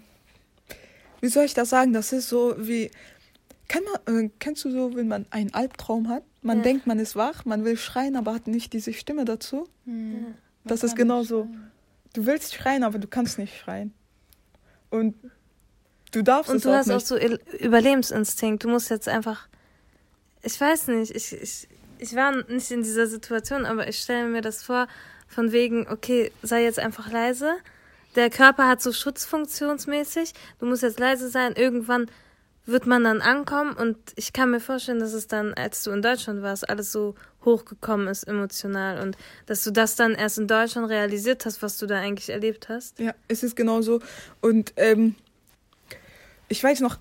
wie soll ich das sagen? Das ist so wie, kann man, äh, kennst du so, wenn man einen Albtraum hat? Man Ja. denkt, man ist wach, man will schreien, aber hat nicht diese Stimme dazu. Hm. Das Man ist kann genau nicht so. schreien. Du willst schreien, aber du kannst nicht schreien. Und du darfst Und es du auch hast nicht. auch so Il- Überlebensinstinkt. Du musst jetzt einfach. Ich weiß nicht, ich, ich, ich war nicht in dieser Situation, aber ich stelle mir das vor, von wegen, okay, sei jetzt einfach leise. Der Körper hat so schutzfunktionsmäßig. Du musst jetzt leise sein. Irgendwann wird man dann ankommen und ich kann mir vorstellen, dass es dann, als du in Deutschland warst, alles so hochgekommen ist emotional und dass du das dann erst in Deutschland realisiert hast, was du da eigentlich erlebt hast. Ja, es ist genau so. Und ähm, ich weiß noch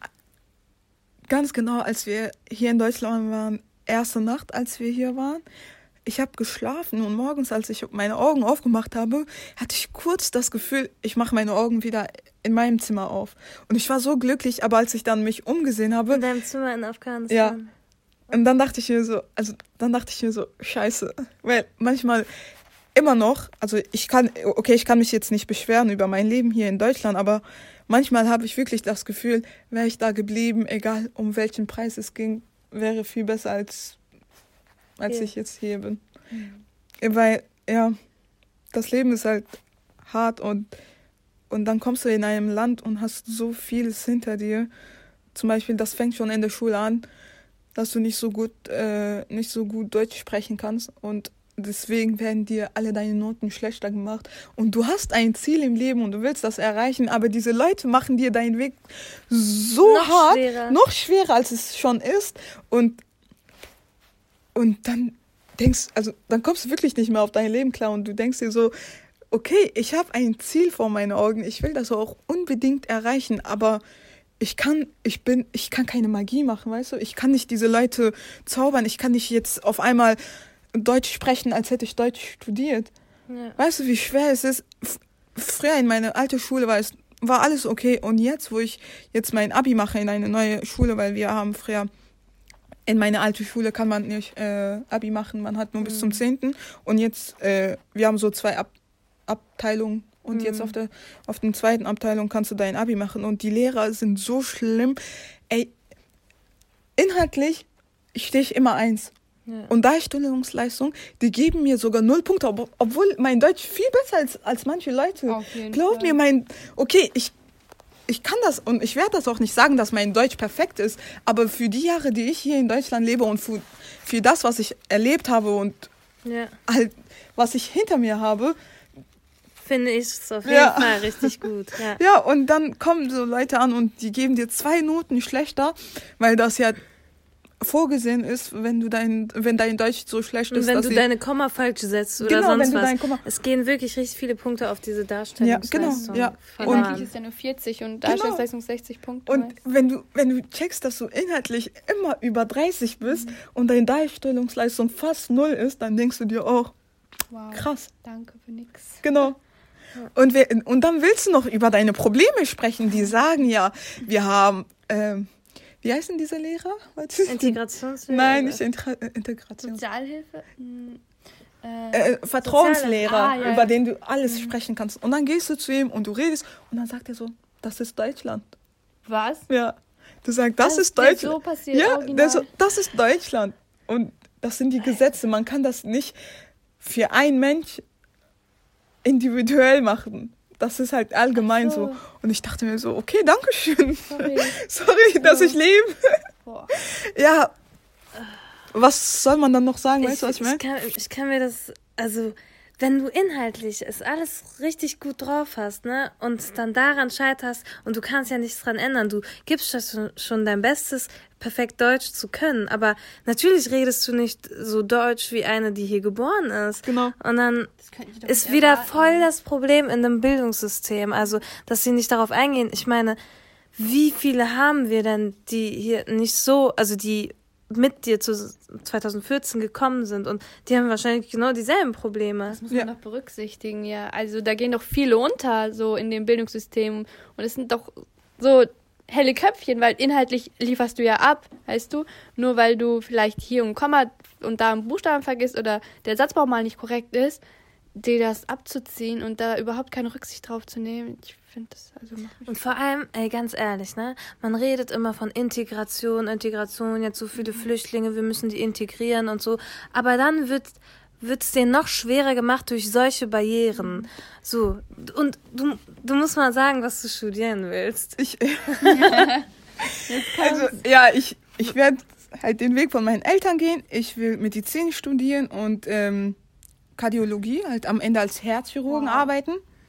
ganz genau, als wir hier in Deutschland waren, erste Nacht, als wir hier waren, ich habe geschlafen und morgens, als ich meine Augen aufgemacht habe, hatte ich kurz das Gefühl, ich mache meine Augen wieder in meinem Zimmer auf. Und ich war so glücklich, aber als ich dann mich umgesehen habe, In deinem Zimmer in Afghanistan. ja, und dann dachte ich mir so, also dann dachte ich mir so, scheiße, weil manchmal immer noch, also ich kann, okay, ich kann mich jetzt nicht beschweren über mein Leben hier in Deutschland, aber manchmal habe ich wirklich das Gefühl, wäre ich da geblieben, egal um welchen Preis es ging, wäre viel besser als, als Hier. ich jetzt hier bin. Weil, ja, das Leben ist halt hart und, und dann kommst du in einem Land und hast so vieles hinter dir. Zum Beispiel, das fängt schon in der Schule an, dass du nicht so gut, äh, nicht so gut Deutsch sprechen kannst und deswegen werden dir alle deine Noten schlechter gemacht. Und du hast ein Ziel im Leben und du willst das erreichen, aber diese Leute machen dir deinen Weg so Noch hart, schwerer. noch schwerer, als es schon ist. Und, und dann denkst, also dann kommst du wirklich nicht mehr auf dein Leben klar und du denkst dir so, okay, ich habe ein Ziel vor meinen Augen, ich will das auch unbedingt erreichen, aber ich kann, ich bin, ich kann keine Magie machen, weißt du? Ich kann nicht diese Leute zaubern, ich kann nicht jetzt auf einmal Deutsch sprechen, als hätte ich Deutsch studiert. Ja. Weißt du, wie schwer es ist? F- Früher in meiner alten Schule war es, war alles okay und jetzt, wo ich jetzt mein Abi mache in eine neue Schule, weil wir haben früher in meiner alten Schule kann man nicht äh, Abi machen, man hat nur bis zum zehnten und jetzt, äh, wir haben so zwei Ab- Abteilungen und jetzt auf der auf der zweiten Abteilung kannst du dein Abi machen und die Lehrer sind so schlimm. Ey, inhaltlich stehe ich immer eins. Ja. Und Darstellungsleistung, die geben mir sogar null Punkte, ob, obwohl mein Deutsch viel besser als, als manche Leute. Auf jeden Glaub Fall. mir, mein, okay, ich, ich kann das und ich werde das auch nicht sagen, dass mein Deutsch perfekt ist, aber für die Jahre, die ich hier in Deutschland lebe und für, für das, was ich erlebt habe und Ja. halt, was ich hinter mir habe, Finde ich es auf jeden Ja. Fall richtig gut. Ja. ja, und dann kommen so Leute an und die geben dir zwei Noten schlechter, weil das ja vorgesehen ist, wenn du dein, wenn dein Deutsch so schlecht Und ist, wenn dass du sie, deine Komma falsch setzt oder Genau, sonst wenn du was. dein Komma- Es gehen wirklich richtig viele Punkte auf diese Darstellungsleistung. Ja, genau, ja. verloren. Eigentlich ist ja nur vierzig und Darstellungsleistung sechzig Punkte. Und meist. wenn du, wenn du checkst, dass du inhaltlich immer über dreißig bist und deine Darstellungsleistung fast null ist, dann denkst du dir auch, Wow. krass, Danke für nix. genau. Und, wir, und dann willst du noch über deine Probleme sprechen. Die sagen ja, wir haben ähm, wie heißen diese Lehrer? Integrationslehrer? Nein, nicht Intra- Integration. Sozialhilfe? Hm, Äh, Vertrauenslehrer, Ah, ja. über den du alles mhm. sprechen kannst. Und dann gehst du zu ihm und du redest und dann sagt er so, das ist Deutschland. Was? Ja. Du sagst, das, Das ist ist dir Deutschland. so passiert, ja, original? der so, das ist Deutschland. Und das sind die Gesetze. Man kann das nicht für einen Mensch individuell machen. Das ist halt allgemein Ach so. so. Und ich dachte mir so, okay, danke schön. Sorry. Sorry, dass ich lebe. Boah. Ja. Was soll man dann noch sagen? Ich, Weißt du, was ich ich, meine? kann, ich kann mir das, also wenn du inhaltlich es alles richtig gut drauf hast, ne, und dann daran scheiterst und du kannst ja nichts dran ändern, du gibst schon, schon dein Bestes, perfekt Deutsch zu können, aber natürlich redest du nicht so Deutsch wie eine, die hier geboren ist. Genau. Und dann Das könnte ich doch ist nicht wieder erwarten. voll das Problem in dem Bildungssystem, also dass sie nicht darauf eingehen. Ich meine, wie viele haben wir denn, die hier nicht so, also die mit dir zu zwanzig vierzehn gekommen sind und die haben wahrscheinlich genau dieselben Probleme. Das muss Ja. man noch berücksichtigen, ja. Also da gehen doch viele unter, so in dem Bildungssystem. Und es sind doch so helle Köpfchen, weil inhaltlich lieferst du ja ab, weißt du? Nur weil du vielleicht hier ein Komma und da einen Buchstaben vergisst oder der Satzbau mal nicht korrekt ist, dir das abzuziehen und da überhaupt keine Rücksicht drauf zu nehmen. Ich finde das, also macht mich Und vor allem, ey, ganz ehrlich, ne, man redet immer von Integration, Integration, jetzt so viele Flüchtlinge, wir müssen die integrieren und so, aber dann wird wird's denen noch schwerer gemacht durch solche Barrieren. So, und du, du musst mal sagen, was du studieren willst. Ich, also, ja, ich, ich werde halt den Weg von meinen Eltern gehen. Ich will Medizin studieren und ähm, Kardiologie, halt am Ende als Herzchirurgen Wow. arbeiten.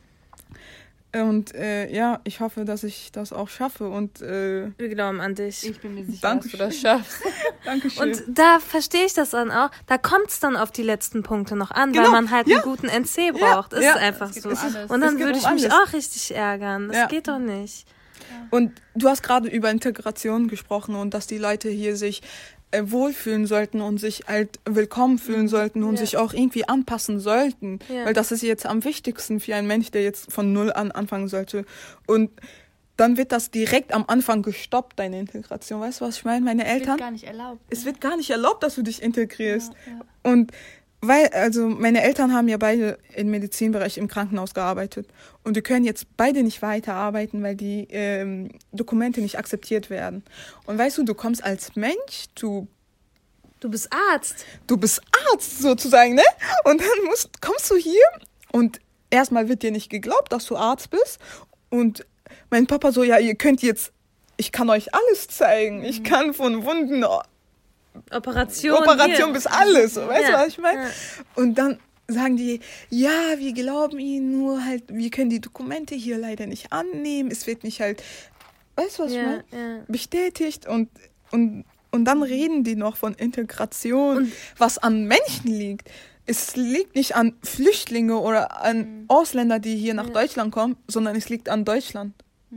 Und äh, ja, ich hoffe, dass ich das auch schaffe. Und äh, Wir glauben an dich. Ich bin mir sicher, Danke dass du das schaffst. Dankeschön. Und da verstehe ich das dann auch. Da kommt es dann auf die letzten Punkte noch an, Genau, weil man halt ja. einen guten N C braucht. Ist ja. einfach geht so. um alles. Und Es dann geht würde um ich mich alles. auch richtig ärgern. Das Ja. geht doch nicht. Und du hast gerade über Integration gesprochen und dass die Leute hier sich äh, wohlfühlen sollten und sich halt willkommen fühlen sollten und Ja. sich auch irgendwie anpassen sollten. Ja. Weil das ist jetzt am wichtigsten für einen Mensch, der jetzt von Null an anfangen sollte. Und dann wird das direkt am Anfang gestoppt, deine Integration. Weißt du, was ich meine? Meine Eltern, Wird gar nicht erlaubt. es wird gar nicht erlaubt, dass du dich integrierst. Ja, ja. Und weil, also meine Eltern haben ja beide im Medizinbereich im Krankenhaus gearbeitet und die können jetzt beide nicht weiterarbeiten, weil die ähm, Dokumente nicht akzeptiert werden. Und weißt du, du kommst als Mensch, du, Du bist Arzt. du bist Arzt sozusagen, ne? Und dann musst, kommst du hier und erstmal wird dir nicht geglaubt, dass du Arzt bist. Und mein Papa so, ja, ihr könnt jetzt, ich kann euch alles zeigen. Ich kann von Wunden Operation. Operation hier. bis alles, weißt Ja, du, was ich meine? ja. Und dann sagen die, ja, wir glauben ihnen nur halt, wir können die Dokumente hier leider nicht annehmen, es wird nicht halt, weißt du, was ich Ja, meine? ja. Bestätigt und, und, und dann reden die noch von Integration, Und- was an Menschen liegt. Es liegt nicht an Flüchtlinge oder an Ausländer, die hier nach Ja. Deutschland kommen, sondern es liegt an Deutschland.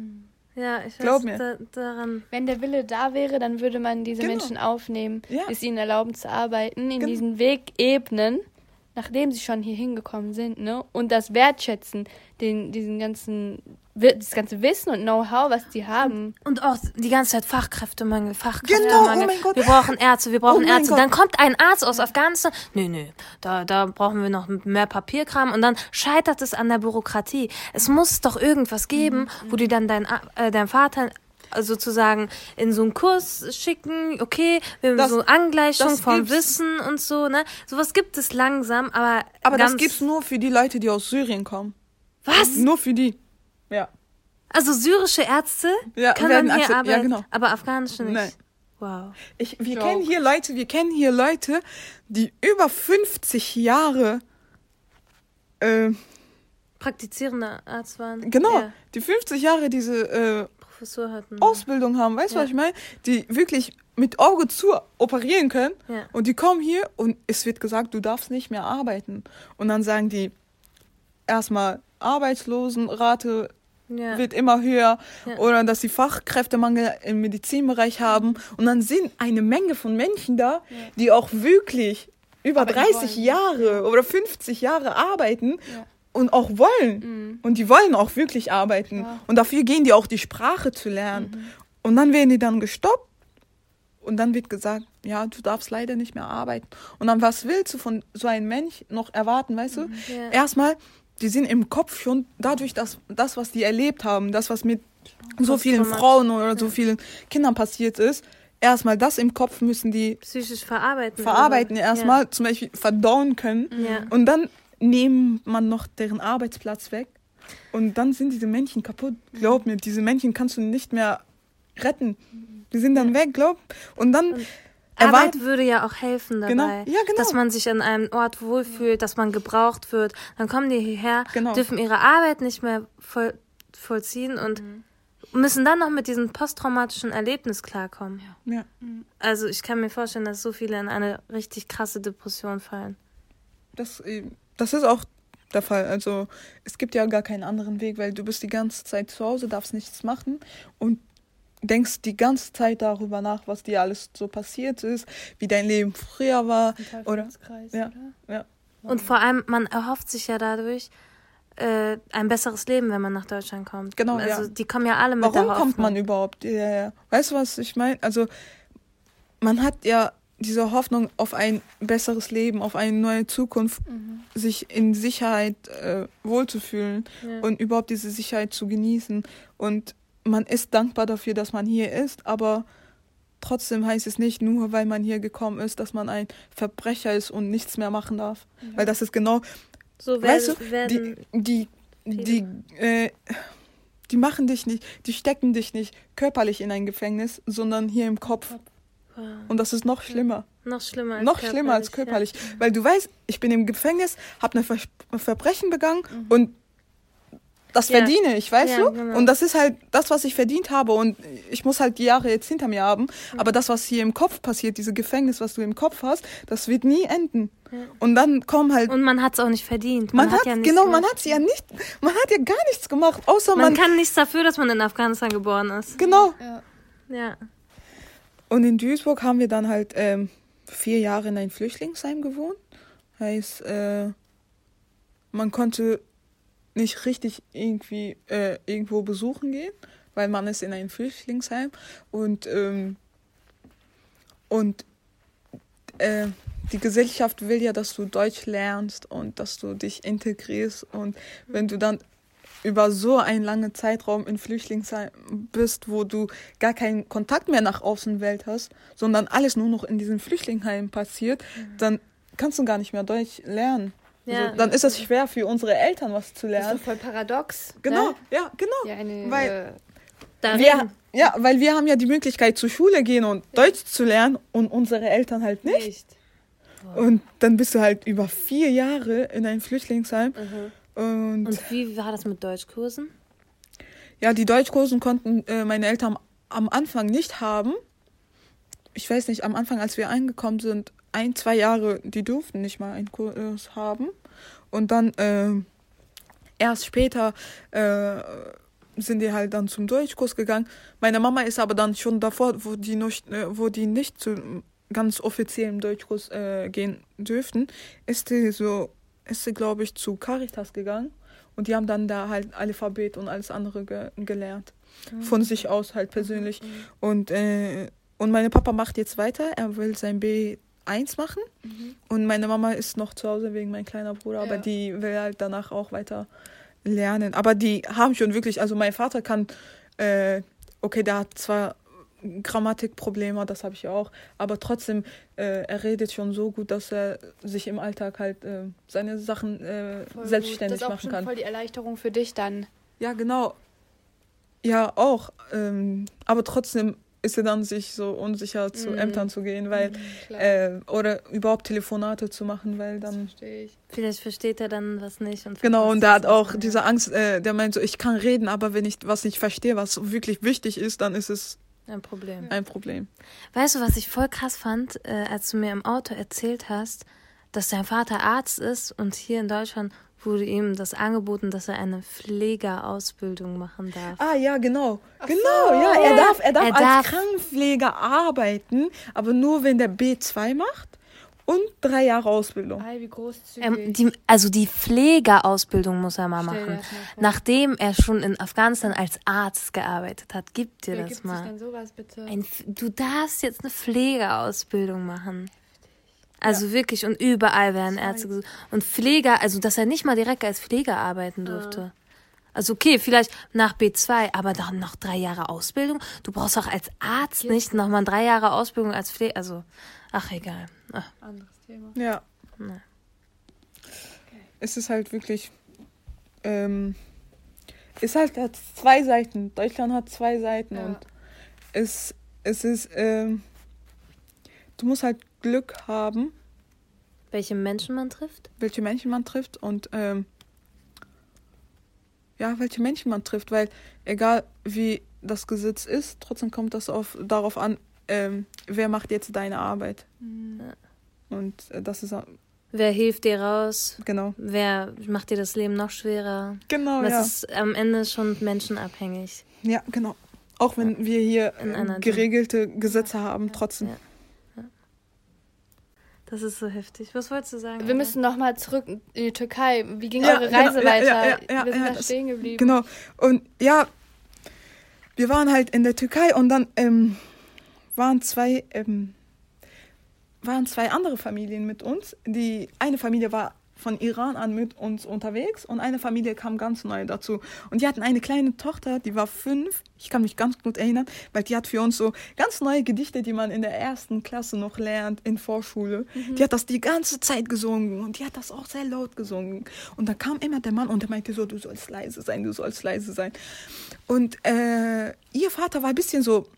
Ja, ich Glaub weiß mir. Da, daran. Wenn der Wille da wäre, dann würde man diese Genau. Menschen aufnehmen, Ja. es ihnen erlauben zu arbeiten, in Genau. diesen Weg ebnen, nachdem sie schon hier hingekommen sind, ne? Und das wertschätzen, den, diesen ganzen, wi- das ganze Wissen und Know-how, was die haben. Und auch die ganze Zeit Fachkräftemangel, Fachkräftemangel. Genau, oh mein Gott. Wir brauchen Ärzte, wir brauchen Oh mein Ärzte. Gott. Dann kommt ein Arzt aus Afghanistan. Nö, nö, da, da brauchen wir noch mehr Papierkram. Und dann scheitert es an der Bürokratie. Es muss doch irgendwas geben, wo die dann dein, äh, dein Vater sozusagen in so einen Kurs schicken, okay, wir haben Das- so Angleichung das vom gibt's. Wissen und so, ne? Sowas gibt es langsam, aber Aber ganz, das gibt's nur für die Leute, die aus Syrien kommen. Was? Nur für die. Ja. Also syrische Ärzte Ja, kann werden man hier akzept- ja, arbeiten, genau. aber afghanische nicht. Nein. Wow. Ich, wir Joke. kennen hier Leute, wir kennen hier Leute, die über fünfzig Jahre, äh, Praktizierender Arzt waren. genau, Ja, die fünfzig Jahre diese äh, Professor hatten. Ausbildung haben, weißt du, Ja. was ich meine? Die wirklich mit Auge zu operieren können Ja. und die kommen hier und es wird gesagt, du darfst nicht mehr arbeiten. Und dann sagen die erstmal, Arbeitslosenrate Ja. wird immer höher Ja. oder dass sie Fachkräftemangel im Medizinbereich haben und dann sind eine Menge von Menschen da, die auch wirklich über Aber die dreißig wollen. Jahre oder fünfzig Jahre arbeiten Ja. und auch wollen Mhm. und die wollen auch wirklich arbeiten Ja. und dafür gehen die auch die Sprache zu lernen Und dann werden die dann gestoppt. Und dann wird gesagt, ja, du darfst leider nicht mehr arbeiten. Und dann, was willst du von so einem Mensch noch erwarten, weißt du? Ja. Erstmal, die sind im Kopf schon dadurch, dass das, was die erlebt haben, das, was mit so vielen Frauen oder so vielen Kindern passiert ist, erstmal das im Kopf müssen die Psychisch verarbeiten. verarbeiten aber, erstmal, ja. zum Beispiel verdauen können. Ja. Und dann nehmen man noch deren Arbeitsplatz weg. Und dann sind diese Menschen kaputt. Glaub mir, diese Menschen kannst du nicht mehr retten. Die sind dann weg, glaub. Und dann Und erwarten. Arbeit würde ja auch helfen dabei, Genau. Ja, genau. dass man sich an einem Ort wohlfühlt, dass man gebraucht wird. Dann kommen die hierher, Genau. dürfen ihre Arbeit nicht mehr voll, vollziehen und müssen dann noch mit diesem posttraumatischen Erlebnis klarkommen. Ja. Also ich kann mir vorstellen, dass so viele in eine richtig krasse Depression fallen. Das, äh, das ist auch der Fall. Also es gibt ja gar keinen anderen Weg, weil du bist die ganze Zeit zu Hause, darfst nichts machen und denkst die ganze Zeit darüber nach, was dir alles so passiert ist, wie dein Leben früher war. Oder, ja, ja. Und vor allem, man erhofft sich ja dadurch äh, ein besseres Leben, wenn man nach Deutschland kommt. Genau, Also ja. die kommen ja alle mit der Warum Hoffnung. kommt man überhaupt? Ja, ja. Weißt du, was ich meine? Also man hat ja diese Hoffnung auf ein besseres Leben, auf eine neue Zukunft, mhm. sich in Sicherheit äh, wohlzufühlen Ja. und überhaupt diese Sicherheit zu genießen. Und man ist dankbar dafür, dass man hier ist, aber trotzdem heißt es nicht, nur weil man hier gekommen ist, dass man ein Verbrecher ist und nichts mehr machen darf. Ja. Weil das ist genau, So weißt werden, du, werden die, die, die, äh, die machen dich nicht, die stecken dich nicht körperlich in ein Gefängnis, sondern hier im Kopf. wow. Und das ist noch schlimmer. noch schlimmer als Noch körperlich. schlimmer als körperlich. Ja. Weil du weißt, ich bin im Gefängnis, habe ein Ver Verbrechen begangen mhm. und das Ja. verdiene ich, weißt Ja, du? genau. Und das ist halt das, was ich verdient habe. Und ich muss halt die Jahre jetzt hinter mir haben. Mhm. Aber das, was hier im Kopf passiert, diese Gefängnis, was du im Kopf hast, das wird nie enden. Ja. Und dann kommen halt... Und man hat es auch nicht verdient. Man, Man, hat, ja nichts genau, gemacht. man hat ja nicht, man hat ja gar nichts gemacht, außer Man man... kann nichts dafür, dass man in Afghanistan geboren ist. Genau. Ja. Und in Duisburg haben wir dann halt ähm, vier Jahre in einem Flüchtlingsheim gewohnt. Heißt, äh, man konnte nicht richtig irgendwie äh, irgendwo besuchen gehen, weil man ist in einem Flüchtlingsheim. Und, ähm, und äh, die Gesellschaft will ja, dass du Deutsch lernst und dass du dich integrierst. Und wenn du dann über so einen langen Zeitraum in Flüchtlingsheim bist, wo du gar keinen Kontakt mehr nach Außenwelt hast, sondern alles nur noch in diesem Flüchtlingsheim passiert, mhm. dann kannst du gar nicht mehr Deutsch lernen. Ja. Also, dann ist es schwer für unsere Eltern, was zu Das ist lernen. doch voll paradox. Genau, Ne? ja, genau. Ja, eine, Weil- äh, Darin, Wir, ja, weil wir haben ja die Möglichkeit, zur Schule gehen und Deutsch zu lernen und unsere Eltern halt nicht. nicht. Und dann bist du halt über vier Jahre in einem Flüchtlingsheim. Mhm. Und, Und wie war das mit Deutschkursen? ja, die Deutschkursen konnten äh, meine Eltern am Anfang nicht haben. Ich weiß nicht, am Anfang, als wir eingekommen sind, ein, zwei Jahre, die durften nicht mal einen Kurs haben. Und dann äh, erst später äh, sind die halt dann zum Deutschkurs gegangen. Meine Mama ist aber dann schon davor, wo die, noch, äh, wo die nicht zu ganz offiziellen Deutschkurs äh, gehen dürften, ist die so, ist sie, glaube ich, zu Caritas gegangen. Und die haben dann da halt Alphabet und alles andere ge gelernt. Mhm. Von sich aus halt persönlich. Mhm. Und, äh, und mein Papa macht jetzt weiter. Er will sein B eins machen. Mhm. Und meine Mama ist noch zu Hause wegen mein kleiner Bruder. Ja. Aber die will halt danach auch weiter lernen. Aber die haben schon wirklich, also mein Vater kann, äh, okay, der hat zwar Grammatikprobleme, das habe ich auch, aber trotzdem, äh, er redet schon so gut, dass er sich im Alltag halt äh, seine Sachen äh, selbstständig machen kann. Das ist auch schon voll die Erleichterung für dich dann. Ja, genau. Ja, auch. Ähm, aber trotzdem ist er dann sich so unsicher, zu Mhm. Ämtern zu gehen, weil Mhm, äh, oder überhaupt Telefonate zu machen, weil Das dann... verstehe ich. Vielleicht versteht er dann was nicht. Und Genau, verpasst und der hat es auch nicht. diese Angst, äh, der meint so, ich kann reden, aber wenn ich was nicht verstehe, was wirklich wichtig ist, dann ist es Ein Problem. ein Problem. Weißt du, was ich voll krass fand, äh, als du mir im Auto erzählt hast, dass dein Vater Arzt ist und hier in Deutschland wurde ihm das angeboten, dass er eine Pflegerausbildung machen darf. Ah, ja, genau. Genau, ja, er darf, er darf Er als darf- Krankenpfleger arbeiten, aber nur wenn der B zwei macht und drei Jahre Ausbildung. Ei, wie großzügig. Ähm, die, also die Pflegerausbildung muss er mal Stell dir machen. das mal vor. Nachdem er schon in Afghanistan als Arzt gearbeitet hat. Gib dir Wer das gibt sich mal. dann sowas bitte? Ein, du darfst jetzt eine Pflegerausbildung machen. Also wirklich, und überall werden Ärzte gesucht. Und Pfleger, also dass er nicht mal direkt als Pfleger arbeiten durfte. Also okay, vielleicht nach B zwei, aber dann noch drei Jahre Ausbildung. Du brauchst auch als Arzt nicht nochmal drei Jahre Ausbildung als Pfleger. Also, ach egal. Ach, Anderes Thema. Ja. ne. Es ist halt wirklich, ähm, es halt hat zwei Seiten. Deutschland hat zwei Seiten Ja. und es, es ist, ähm, du musst halt Glück haben, Welche Menschen man trifft? welche Menschen man trifft und ähm, ja, welche Menschen man trifft, weil egal wie das Gesetz ist, trotzdem kommt das auf, darauf an, ähm, wer macht jetzt deine Arbeit. Und äh, das ist auch- Wer hilft dir raus? genau. Wer macht dir das Leben noch schwerer? Genau, Das ja. ist am Ende schon menschenabhängig. Ja, genau. Auch wenn wir hier In äh, einer- geregelte Gesetze haben, trotzdem. Ja. Das ist so heftig. Was wolltest du sagen? Wir müssen nochmal zurück in die Türkei. Wie ging Ja, eure genau, Reise ja, weiter? ja, ja, ja, Wir sind ja, da das- stehen geblieben. Genau. Und ja, wir waren halt in der Türkei und dann ähm, waren zwei ähm, waren zwei andere Familien mit uns. Die eine Familie war von Iran an mit uns unterwegs und eine Familie kam ganz neu dazu. Und die hatten eine kleine Tochter, die war fünf. Ich kann mich ganz gut erinnern, weil die hat für uns so ganz neue Gedichte, die man in der ersten Klasse noch lernt, in Vorschule. Die hat das die ganze Zeit gesungen und die hat das auch sehr laut gesungen. Und da kam immer der Mann und der meinte so, du sollst leise sein, du sollst leise sein. Und äh, ihr Vater war ein bisschen so,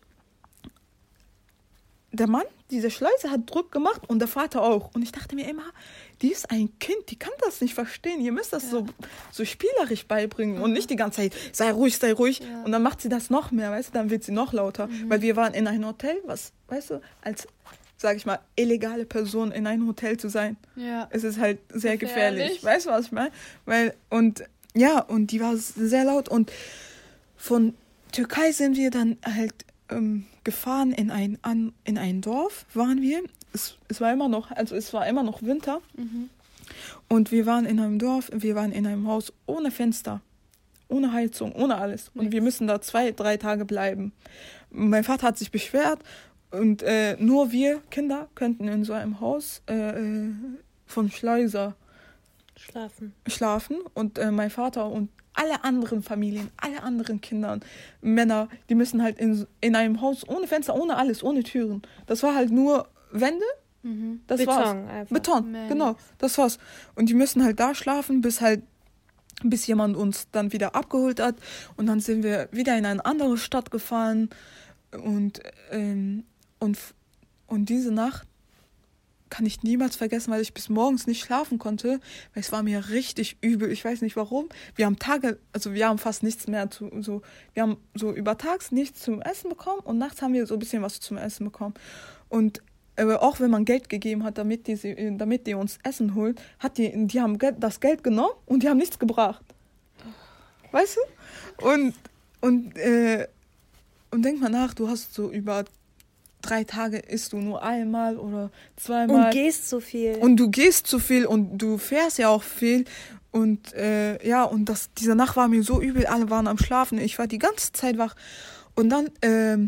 der Mann, diese Schleuse hat Druck gemacht und der Vater auch. Und ich dachte mir immer, die ist ein Kind, die kann das nicht verstehen. Ihr müsst das so, so spielerisch beibringen und nicht die ganze Zeit, sei ruhig, sei ruhig. Ja. Und dann macht sie das noch mehr, weißt du, dann wird sie noch lauter. Weil wir waren in einem Hotel, was, weißt du, als, sag ich mal, illegale Person in einem Hotel zu sein. Ja. Es ist halt sehr gefährlich. Gefährlich. Weißt du, was ich meine? Weil, und ja, und die war sehr laut. Und von Türkei sind wir dann halt ähm, gefahren in ein, an, in ein Dorf, waren wir. Es, es war immer noch, also es war immer noch Winter. Und wir waren in einem Dorf, wir waren in einem Haus ohne Fenster, ohne Heizung, ohne alles. Und wir müssen da zwei, drei Tage bleiben. Mein Vater hat sich beschwert und äh, nur wir Kinder könnten in so einem Haus äh, von Schleuser Schlafen. schlafen. Und äh, mein Vater und alle anderen Familien, alle anderen Kinder, Männer, die müssen halt in, in einem Haus ohne Fenster, ohne alles, ohne Türen. Das war halt nur Wände. Das Beton war's. einfach. Beton, Mensch. genau, das war's. Und die müssen halt da schlafen, bis halt, bis jemand uns dann wieder abgeholt hat. Und dann sind wir wieder in eine andere Stadt gefahren. Und, ähm, und, und diese Nacht kann ich niemals vergessen, weil ich bis morgens nicht schlafen konnte, weil es war mir richtig übel. Ich weiß nicht warum. Wir haben Tage, also wir haben fast nichts mehr zu, so, wir haben so übertags nichts zum Essen bekommen und nachts haben wir so ein bisschen was zum Essen bekommen. Und äh, auch wenn man Geld gegeben hat, damit die, sie- damit die uns Essen holen, hat die, die haben Geld, das Geld genommen und die haben nichts gebracht. Weißt du? Und, und, äh, und denk mal nach, du hast so über drei Tage isst du nur einmal oder zweimal. Und gehst so viel. Und du gehst zu viel und du fährst ja auch viel. Und äh, ja, und das, diese Nacht war mir so übel, alle waren am Schlafen. Ich war die ganze Zeit wach. Und dann, ähm,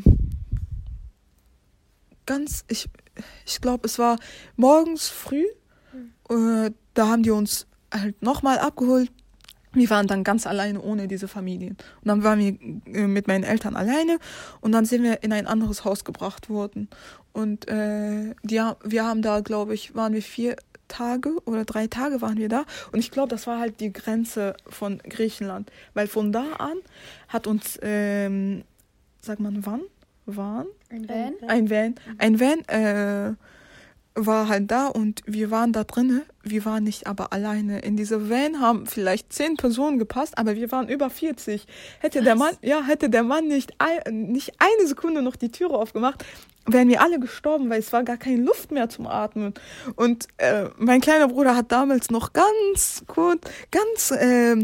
ganz, ich, ich glaube, es war morgens früh, äh, da haben die uns halt nochmal abgeholt. Wir waren dann ganz alleine ohne diese Familien. Und dann waren wir äh, mit meinen Eltern alleine und dann sind wir in ein anderes Haus gebracht worden. Und äh, die, ha- wir haben da, glaube ich, waren wir vier Tage oder drei Tage waren wir da. Und ich glaube, das war halt die Grenze von Griechenland. Weil von da an hat uns, ähm, sagt man wann? Waren? Ein Van? Ein Van. Ein Van äh, war halt da und wir waren da drinnen. Wir waren nicht aber alleine. In diese Van haben vielleicht zehn Personen gepasst, aber wir waren über vierzig. Hätte der Mann, ja, hätte der Mann nicht, ein, nicht eine Sekunde noch die Türe aufgemacht, wären wir alle gestorben, weil es war gar keine Luft mehr zum Atmen. Und äh, mein kleiner Bruder hat damals noch ganz gut, ganz, äh,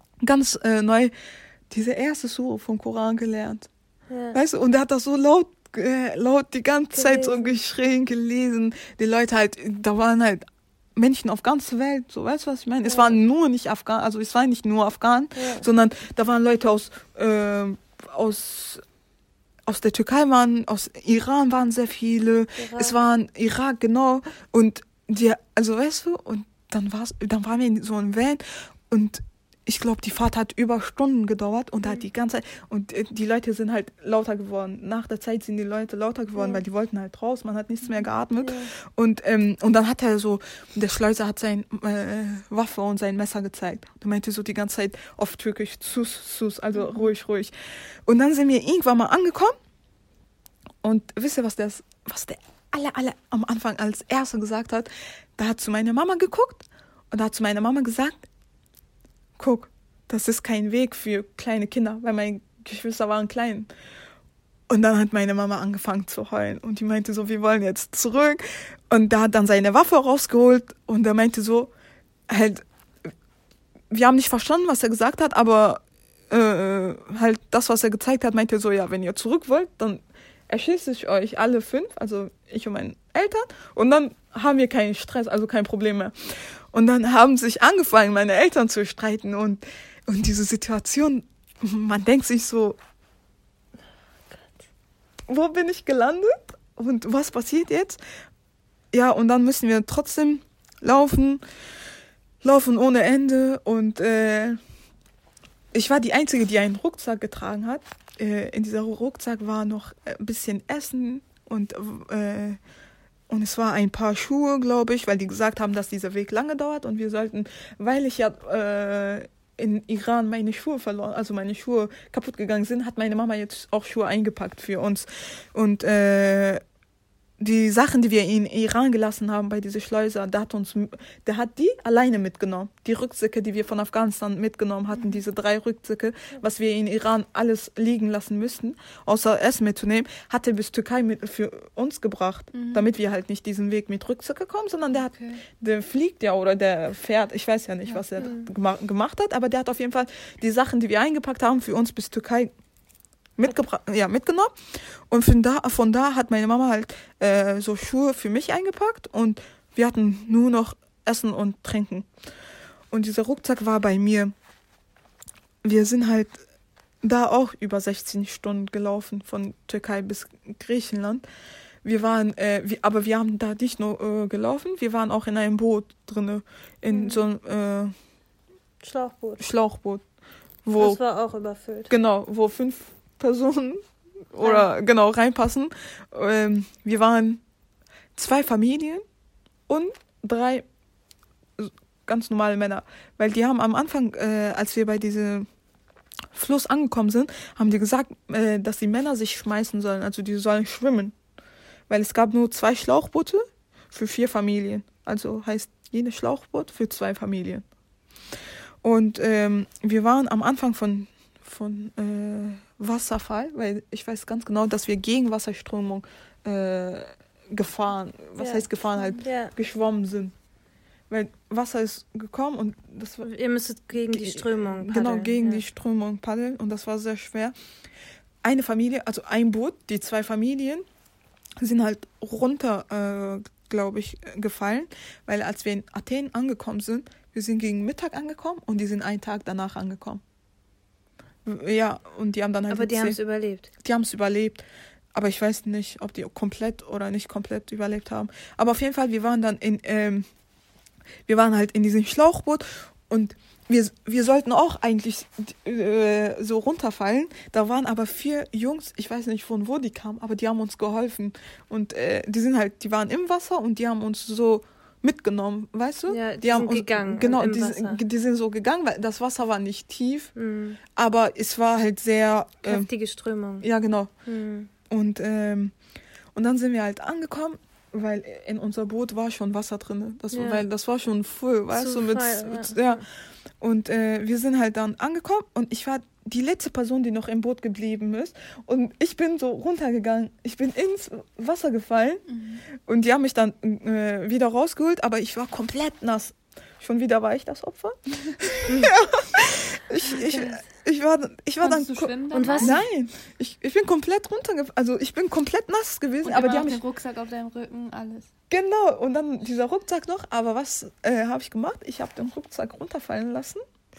ganz äh, neu diese erste Sure vom Koran gelernt. Ja. Weißt du, und er hat das so laut äh, laut die ganze Zeit so geschrien, gelesen. Die Leute halt, da waren halt Menschen auf ganzer Welt, so, weißt du, was ich meine? Ja. Es waren nur nicht Afghanen, also es waren nicht nur Afghanen, ja. sondern da waren Leute aus, äh, aus, aus der Türkei, waren, aus Iran waren sehr viele, Irak. Es waren Irak, genau, und die, also weißt du, und dann war's, dann waren wir in so einem Van und ich glaube, die Fahrt hat über Stunden gedauert und mhm. hat die ganze Zeit, und die Leute sind halt lauter geworden. Nach der Zeit sind die Leute lauter geworden, ja. weil die wollten halt raus, man hat nichts mehr geatmet. Ja. Und, ähm, und dann hat er so, der Schleuser hat seine äh, Waffe und sein Messer gezeigt. Der meinte so die ganze Zeit auf Türkisch, sus, sus, also mhm. ruhig, ruhig. Und dann sind wir irgendwann mal angekommen und wisst ihr, was, das, was der alle, alle am Anfang als Erster gesagt hat? Da hat zu meiner Mama geguckt und da hat zu meiner Mama gesagt, guck, das ist kein Weg für kleine Kinder, weil meine Geschwister waren klein. Und dann hat meine Mama angefangen zu heulen und die meinte so, wir wollen jetzt zurück. Und da hat dann seine Waffe rausgeholt und er meinte so, halt, wir haben nicht verstanden, was er gesagt hat, aber äh, halt das, was er gezeigt hat, meinte so, ja, wenn ihr zurück wollt, dann erschieße ich euch alle fünf, also ich und meine Eltern, und dann haben wir keinen Stress, also kein Problem mehr. Und dann haben sich angefangen, meine Eltern zu streiten und, und diese Situation, man denkt sich so, wo bin ich gelandet und was passiert jetzt? Ja, und dann müssen wir trotzdem laufen, laufen ohne Ende und äh, ich war die Einzige, die einen Rucksack getragen hat. Äh, in dieser Rucksack war noch ein bisschen Essen und äh, Und es war ein paar Schuhe, glaube ich, weil die gesagt haben, dass dieser Weg lange dauert. Und wir sollten, weil ich ja äh, in Iran meine Schuhe verloren, also meine Schuhe kaputt gegangen sind, hat meine Mama jetzt auch Schuhe eingepackt für uns. Und äh, die Sachen, die wir in Iran gelassen haben bei dieser Schleuser, der hat uns, der hat die alleine mitgenommen. Die Rucksäcke, die wir von Afghanistan mitgenommen hatten, mhm. diese drei Rucksäcke, was wir in Iran alles liegen lassen müssten, außer Essen mitzunehmen, hat er bis Türkei mit für uns gebracht, mhm. damit wir halt nicht diesen Weg mit Rucksäcke kommen, sondern der hat, okay. der fliegt ja oder der fährt, ich weiß ja nicht, ja. was er mhm. gema- gemacht hat, aber der hat auf jeden Fall die Sachen, die wir eingepackt haben, für uns bis Türkei Mitgebra- ja, mitgenommen und von da, von da hat meine Mama halt äh, so Schuhe für mich eingepackt und wir hatten nur noch Essen und Trinken. Und dieser Rucksack war bei mir. Wir sind halt da auch über sechzehn Stunden gelaufen, von Türkei bis Griechenland. Wir waren, äh, wir, aber wir haben da nicht nur äh, gelaufen, wir waren auch in einem Boot drin, in mhm. so einem äh, Schlauchboot. Schlauchboot. Wo, das war auch überfüllt. Genau, wo fünf Personen oder ja. genau reinpassen. Ähm, wir waren zwei Familien und drei ganz normale Männer, weil die haben am Anfang, äh, als wir bei diesem Fluss angekommen sind, haben die gesagt, äh, dass die Männer sich schmeißen sollen, also die sollen schwimmen, weil es gab nur zwei Schlauchboote für vier Familien, also heißt jedes Schlauchboot für zwei Familien. Und ähm, wir waren am Anfang von von äh, Wasserfall, weil ich weiß ganz genau, dass wir gegen Wasserströmung äh, gefahren, was ja. heißt gefahren, halt ja. geschwommen sind. Weil Wasser ist gekommen und das war... Ihr müsstet gegen die Strömung paddeln. Genau, gegen ja. die Strömung paddeln und das war sehr schwer. Eine Familie, also ein Boot, die zwei Familien sind halt runter, äh, glaube ich, gefallen, weil als wir in Athen angekommen sind, wir sind gegen Mittag angekommen und die sind einen Tag danach angekommen. Ja, und die haben dann halt... Aber die haben es überlebt. Die haben es überlebt. Aber ich weiß nicht, ob die komplett oder nicht komplett überlebt haben. Aber auf jeden Fall, wir waren dann in... Ähm, wir waren halt in diesem Schlauchboot und wir, wir sollten auch eigentlich äh, so runterfallen. Da waren aber vier Jungs, ich weiß nicht von wo die kamen, aber die haben uns geholfen. Und äh, die sind halt, die waren im Wasser und die haben uns so... mitgenommen, weißt du? Ja, die, die sind haben uns, gegangen. Genau, im die, Wasser. die sind so gegangen, weil das Wasser war nicht tief, mhm. aber es war halt sehr... Kräftige ähm, Strömung. Ja, genau. Mhm. Und, ähm, und dann sind wir halt angekommen, weil in unser Boot war schon Wasser drin. Das, ja. Weil das war schon voll, weißt Zu du? Mit, voll, mit, ja. ja. Und äh, wir sind halt dann angekommen und ich war die letzte Person, die noch im Boot geblieben ist. Und ich bin so runtergegangen. Ich bin ins Wasser gefallen. Mhm. Und die haben mich dann äh, wieder rausgeholt, aber ich war komplett nass. Schon wieder war ich das Opfer. ja. ich, ich, ich, ich war, ich war dann... Konntest du ko- schwimmen Und was? Nein, ich, ich bin komplett runtergefallen. Also ich bin komplett nass gewesen. Und aber immer die auch haben den mich... Rucksack auf deinem Rücken, alles. Genau, und dann dieser Rucksack noch. Aber was äh, habe ich gemacht? Ich habe den Rucksack runterfallen lassen.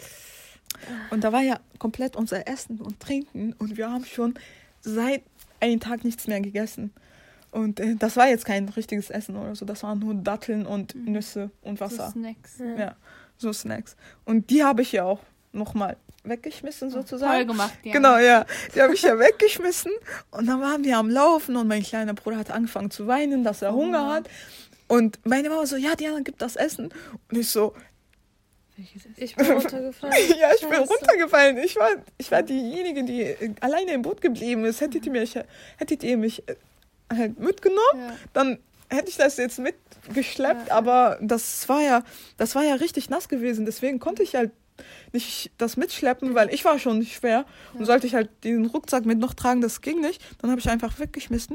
Und da war ja komplett unser Essen und Trinken. Und wir haben schon seit einem Tag nichts mehr gegessen. Und äh, das war jetzt kein richtiges Essen oder so. Das waren nur Datteln und Mhm. Nüsse und Wasser. So Snacks. Ja. Ja, so Snacks. Und die habe ich ja auch nochmal weggeschmissen sozusagen. Toll gemacht, ja. Genau, ja. Die habe ich ja weggeschmissen. Und dann waren wir am Laufen und mein kleiner Bruder hat angefangen zu weinen, dass er Oh. Hunger hat. Und meine Mama so, ja, Diana, gib das Essen. Und ich so, Welches ist Ich bin runtergefallen. ja, ich bin Scheiße. runtergefallen. Ich war, ich war diejenige, die äh, alleine im Boot geblieben ist. Hättet ihr mich, hättet ihr mich äh, halt mitgenommen, Ja. dann hätte ich das jetzt mitgeschleppt. Ja. Aber das war ja, das war ja richtig nass gewesen. Deswegen konnte ich halt nicht das mitschleppen, weil ich war schon schwer. Und sollte ich halt den Rucksack mit noch tragen, das ging nicht. Dann habe ich einfach weggeschmissen.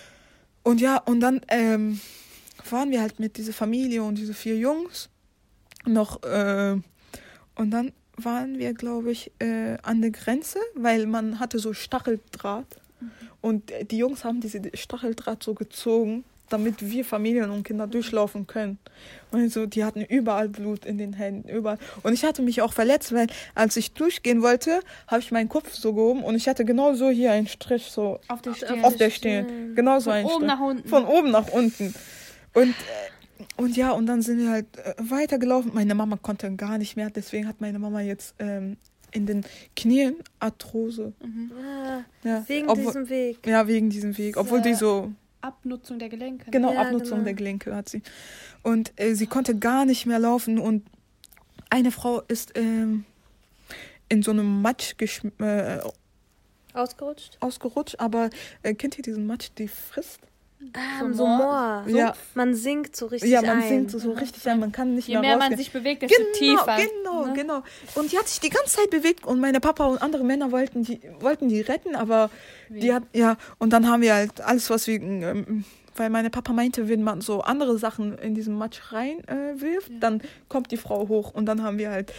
Und ja, und dann ähm, waren wir halt mit dieser Familie und diese vier Jungs noch, äh, und dann waren wir, glaube ich, äh, an der Grenze, weil man hatte so Stacheldraht. Mhm. Und äh, die Jungs haben diese Stacheldraht so gezogen, damit wir Familien und Kinder durchlaufen können. Und so, die hatten überall Blut in den Händen, überall. Und ich hatte mich auch verletzt, weil als ich durchgehen wollte, habe ich meinen Kopf so gehoben und ich hatte genau so hier einen Strich so Auf der Stirn. auf der Stirn. Genau so Von ein oben Strich. nach unten. Von oben nach unten. Und, äh, und ja, und dann sind wir halt äh, weitergelaufen. Meine Mama konnte gar nicht mehr, deswegen hat meine Mama jetzt ähm, in den Knien Arthrose. Ah, Ja, wegen obwohl, diesem Weg. ja, wegen diesem Weg. Obwohl die so, Abnutzung der Gelenke. genau, Ja, Abnutzung genau. der Gelenke hat sie. Und äh, sie konnte gar nicht mehr laufen. Und eine Frau ist ähm, in so einem Matsch geschm- äh, Ausgerutscht? ausgerutscht. Aber äh, kennt ihr diesen Matsch, die frisst? Ah, So so Moor. Moor. Ja. Man sinkt so richtig Ja, man ein. sinkt so, so richtig ein, man kann nicht Je mehr mehr man rausgehen. sich bewegt, desto tiefer. Genau, ne? genau. Und die hat sich die ganze Zeit bewegt und meine Papa und andere Männer wollten die, wollten die retten, aber die hat, ja, und dann haben wir halt alles, was wir, ähm, weil meine Papa meinte, wenn man so andere Sachen in diesen Matsch rein äh, wirft, Ja. dann kommt die Frau hoch und dann haben wir halt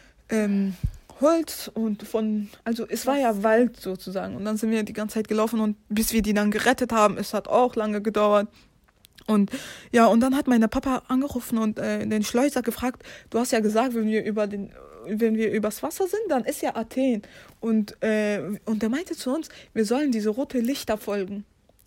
ähm, Holz und von, also es war ja Wald sozusagen und dann sind wir die ganze Zeit gelaufen und bis wir die dann gerettet haben, es hat auch lange gedauert. Und ja, und dann hat meine Papa angerufen und äh, den Schleuser gefragt, du hast ja gesagt, wenn wir über den, wenn wir übers Wasser sind, dann ist ja Athen. Und, äh, und der meinte zu uns, wir sollen diese rote Lichter folgen.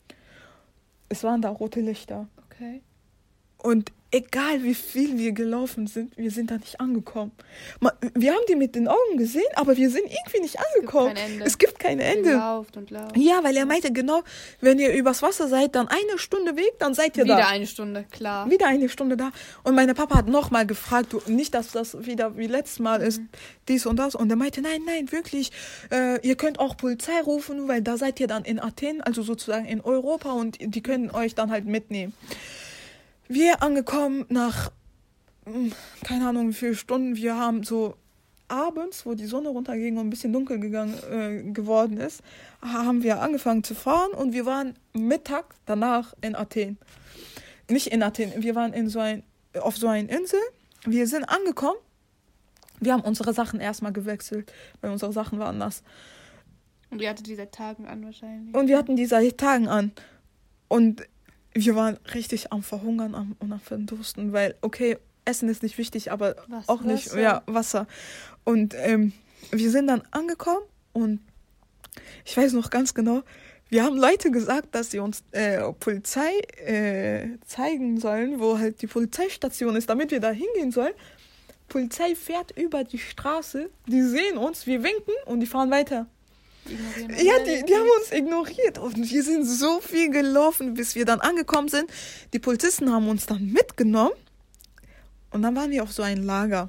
Es waren da rote Lichter. Okay. Und egal wie viel wir gelaufen sind, wir sind da nicht angekommen. Ma- Wir haben die mit den Augen gesehen, aber wir sind irgendwie nicht angekommen. kein Ende. Es gibt kein Ende. Lauft und lauft. Ja, weil er meinte genau, wenn ihr übers Wasser seid, dann eine Stunde Weg, dann seid ihr Wieder da. eine Stunde, klar. Wieder eine Stunde da. Und meine Papa hat nochmal gefragt, du, nicht, dass das wieder wie letztes Mal ist, dies und das. Und er meinte, nein, nein, wirklich, äh, ihr könnt auch Polizei rufen, weil da seid ihr dann in Athen, also sozusagen in Europa und die können euch dann halt mitnehmen. Wir angekommen nach, mh, keine Ahnung wie viele Stunden, wir haben so abends, wo die Sonne runterging und ein bisschen dunkel gegangen, äh, geworden ist, haben wir angefangen zu fahren und wir waren Mittag danach in Athen. Nicht in Athen, wir waren in so ein, auf so einer Insel. Wir sind angekommen, wir haben unsere Sachen erstmal gewechselt, weil unsere Sachen waren nass. Und ihr hattet die seit Tagen an wahrscheinlich. Und wir hatten die seit Tagen an. Und wir waren richtig am Verhungern am, und am Verdursten, weil, okay, Essen ist nicht wichtig, aber Wasser. auch nicht, Wasser. ja, Wasser. Und ähm, wir sind dann angekommen und ich weiß noch ganz genau, wir haben Leute gesagt, dass sie uns äh, Polizei äh, zeigen sollen, wo halt die Polizeistation ist, damit wir da hingehen sollen. Polizei fährt über die Straße, die sehen uns, wir winken und die fahren weiter. Ignorieren. Ja, die, die haben uns ignoriert und wir sind so viel gelaufen, bis wir dann angekommen sind. Die Polizisten haben uns dann mitgenommen und dann waren wir auf so ein Lager.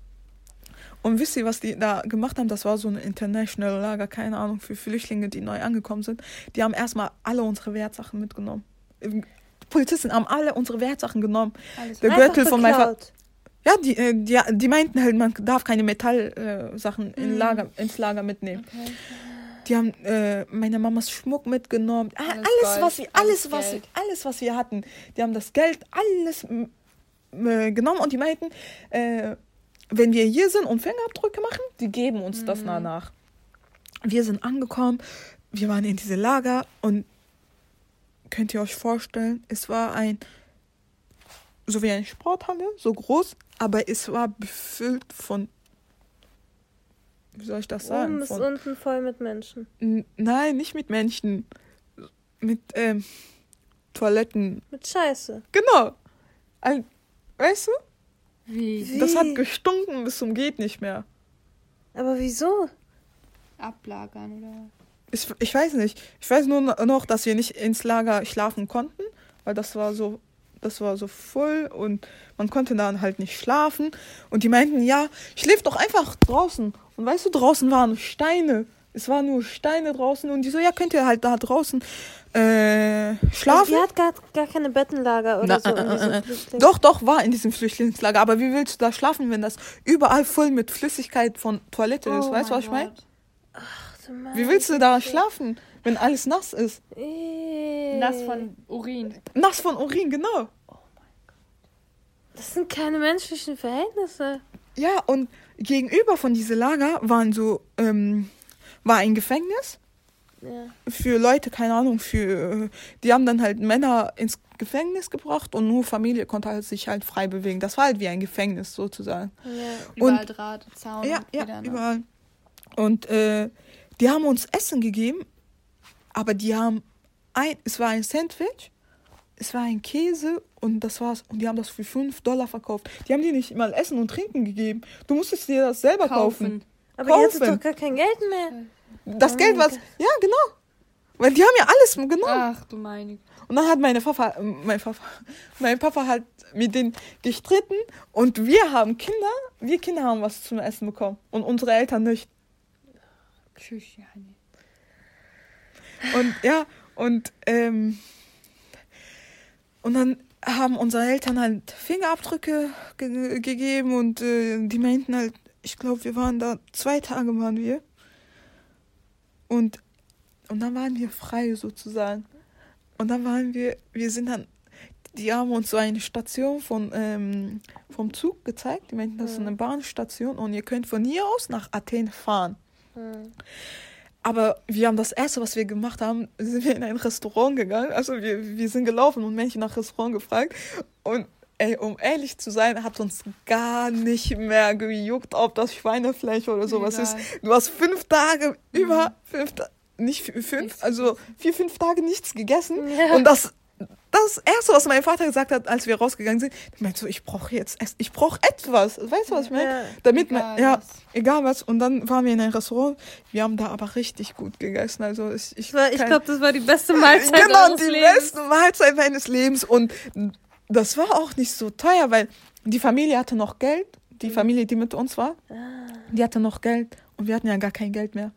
Und wisst ihr, was die da gemacht haben? Das war so ein international Lager, keine Ahnung, für Flüchtlinge, die neu angekommen sind. Die haben erstmal alle unsere Wertsachen mitgenommen. Die Polizisten haben alle unsere Wertsachen genommen. Alles Der Einfach Gürtel von meinem Vater. beklaut. Ja, die, äh, die, die meinten halt, man darf keine Metallsachen äh, Sachen in Mhm. Lager, ins Lager mitnehmen. Okay. Die haben äh, meine Mamas Schmuck mitgenommen. Ah, Alles Alles, Gold, was wir, alles, alles was, Geld. alles, was wir hatten. Die haben das Geld, alles m- äh, genommen und die meinten, äh, wenn wir hier sind und Fingerabdrücke machen, die geben uns das Mhm. danach. wir sind angekommen, wir waren in diese Lager und könnt ihr euch vorstellen, es war ein, so wie eine Sporthalle, so groß, aber es war befüllt von, wie soll ich das sagen? Oben bis Von, unten voll mit Menschen. N- Nein, nicht mit Menschen, mit ähm, Toiletten. Mit Scheiße. Genau. Ein, weißt du, Wie? das hat Wie? gestunken bis zum geht nicht mehr. Aber wieso? Ablagern oder? Ich, ich weiß nicht. Ich weiß nur noch, dass wir nicht ins Lager schlafen konnten, weil das war so, das war so voll und man konnte dann halt nicht schlafen. Und die meinten, ja, schläft doch einfach draußen. Und weißt du, draußen waren Steine. Es waren nur Steine draußen und die so, ja, könnt ihr halt da draußen äh, Also schlafen. die hat gar, gar keine Bettenlager oder Na, so in äh, diesem äh, äh. Flüchtlings- Doch, doch, war in diesem Flüchtlingslager. Aber wie willst du da schlafen, wenn das überall voll mit Flüssigkeit von Toilette ist? Weißt du, was ich meine? Ach, du Mann. Wie willst du da schlafen, wenn alles nass ist? Ey. Nass von Urin. Nass von Urin, genau. Das sind keine menschlichen Verhältnisse. Ja, und gegenüber von diesem Lager waren so, ähm, war ein Gefängnis Ja. für Leute, keine Ahnung, für, äh, die haben dann halt Männer ins Gefängnis gebracht und nur Familie konnte halt sich halt frei bewegen. Das war halt wie ein Gefängnis sozusagen. Ja. Überall Und- Draht, Zaun Ja, und ja, wieder, ne? überall. Und äh, die haben uns Essen gegeben, aber die haben ein, es war ein Sandwich, es war ein Käse und das war's. Und die haben das für fünf Dollar verkauft. Die haben dir nicht mal Essen und Trinken gegeben. Du musstest dir das selber kaufen. Kaufen. Aber ihr hattet Kaufen. doch gar kein Geld mehr. Das Oh Geld, mein was, ja, genau. Weil die haben ja alles genommen. Ach du meine. Und dann hat meine Papa, mein Papa, mein Papa hat mit denen gestritten und wir haben Kinder, wir Kinder haben was zum Essen bekommen und unsere Eltern nicht. Tschüss, Jani. Und ja, und ähm, und dann haben unsere Eltern halt Fingerabdrücke ge- gegeben und äh, die meinten halt, ich glaube, wir waren da, zwei Tage waren wir. Und, und dann waren wir frei sozusagen. Und dann waren wir, wir sind dann, die haben uns so eine Station von, ähm, vom Zug gezeigt. Die meinten, das ist eine Bahnstation und ihr könnt von hier aus nach Athen fahren. Hm. Aber wir haben das Erste, was wir gemacht haben, sind wir in ein Restaurant gegangen. Also wir, wir sind gelaufen und Menschen nach Restaurant gefragt. Und ey, um ehrlich zu sein, hat uns gar nicht mehr gejuckt, ob das Schweinefleisch oder sowas Egal. ist. Du hast fünf Tage, über fünf, Ta- nicht f- fünf, Nichts also vier, fünf Tage nichts gegessen. Ja. Und das, das Erste, was mein Vater gesagt hat, als wir rausgegangen sind, der meinte so, ich brauche jetzt Essen, ich brauche etwas. Weißt du, was ich meine? Ja. Damit Egal man, ja, was. egal was. Und dann waren wir in einem Restaurant. Wir haben da aber richtig gut gegessen. Also ich, ich, Das war- Ich kann- glaube, das war die beste Mahlzeit genau, eures die Lebens. beste Mahlzeit meines Lebens. Und das war auch nicht so teuer, weil die Familie hatte noch Geld. Die Familie, die mit uns war, die hatte noch Geld. Und wir hatten ja gar kein Geld mehr.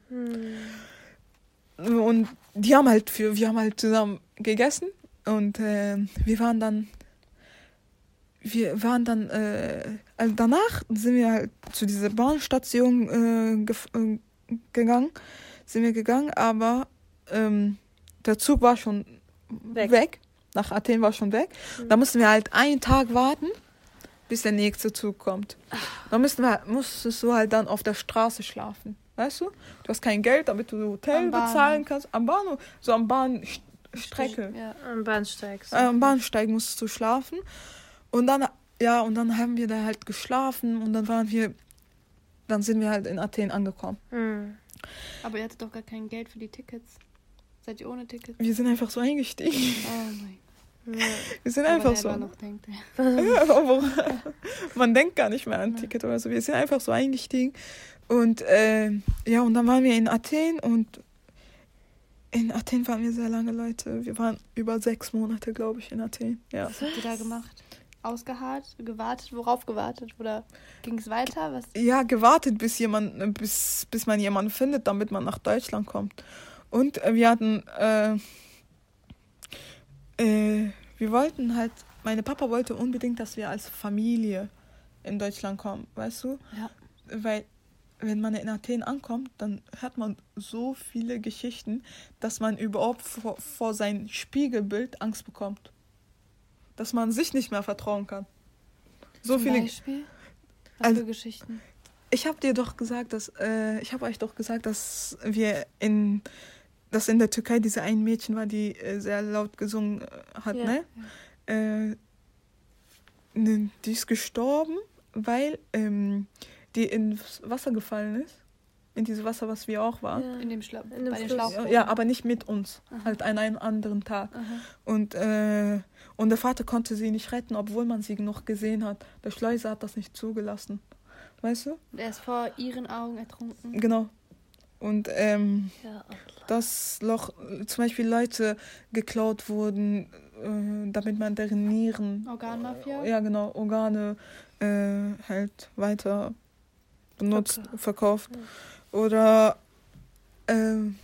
Und die haben halt für, wir haben halt zusammen gegessen. Und äh, wir waren dann, wir waren dann, äh, also danach sind wir halt zu dieser Bahnstation äh, gef- äh, gegangen, sind wir gegangen, aber ähm, der Zug war schon weg. Weg. Nach Athen war schon weg. Da mussten wir halt einen Tag warten, bis der nächste Zug kommt. Da mussten wir, musstest du halt dann auf der Straße schlafen. Weißt du? Du hast kein Geld, damit du Hotel Am Bahnhof. bezahlen kannst. Am Bahnhof, so am Bahnstrecke. Ja. Am Bahnsteig. so. Äh, am Bahnsteig musstest du schlafen. Und dann, ja, und dann haben wir da halt geschlafen und dann waren wir, dann sind wir halt in Athen angekommen. Hm. Aber ihr hattet doch gar kein Geld für die Tickets. Seid ihr ohne Tickets? Wir sind einfach so eingestiegen. Oh mein Wir sind Gott. einfach Aber so. er noch denkt. Ja, aber man denkt gar nicht mehr an Ticket oder so. Wir sind einfach so eingestiegen. Und äh, ja, und dann waren wir in Athen und in Athen waren wir sehr lange, Leute. Wir waren über sechs Monate, glaube ich, in Athen. Ja. Was habt ihr da gemacht? Ausgeharrt? Gewartet? Worauf gewartet? Oder ging es weiter? Was? Ja, gewartet, bis jemand, bis, bis man jemanden findet, damit man nach Deutschland kommt. Und äh, wir hatten, äh, äh, wir wollten halt, meine Papa wollte unbedingt, dass wir als Familie in Deutschland kommen, weißt du? Ja. Weil, wenn man in Athen ankommt, dann hört man so viele Geschichten, dass man überhaupt vor, vor sein Spiegelbild Angst bekommt. Dass man sich nicht mehr vertrauen kann. So Zum viele. Beispiel? Was Also- für Geschichten? ich habe dir doch gesagt, dass äh, ich habe euch doch gesagt, dass wir in dass in der Türkei diese ein Mädchen war, die äh, sehr laut gesungen äh, hat, Ja. ne? Äh, ne? Die ist gestorben, weil ähm, die ins Wasser gefallen ist. In dieses Wasser, was wir auch waren. Ja. In dem Schla In dem bei den Fluss. Schlauchbooten. Ja, aber nicht mit uns. Aha. Halt an einem anderen Tag. Aha. Und, äh, und der Vater konnte sie nicht retten, obwohl man sie noch gesehen hat. Der Schleuser hat das nicht zugelassen. Weißt du? Er ist vor ihren Augen ertrunken. Genau. Und ähm, Ja, dass Loch, zum Beispiel Leute geklaut wurden, äh, damit man deren Nieren, Organmafia? ja genau, Organe äh, halt weiter benutzt, Verkauft. verkauft. Oder ähm,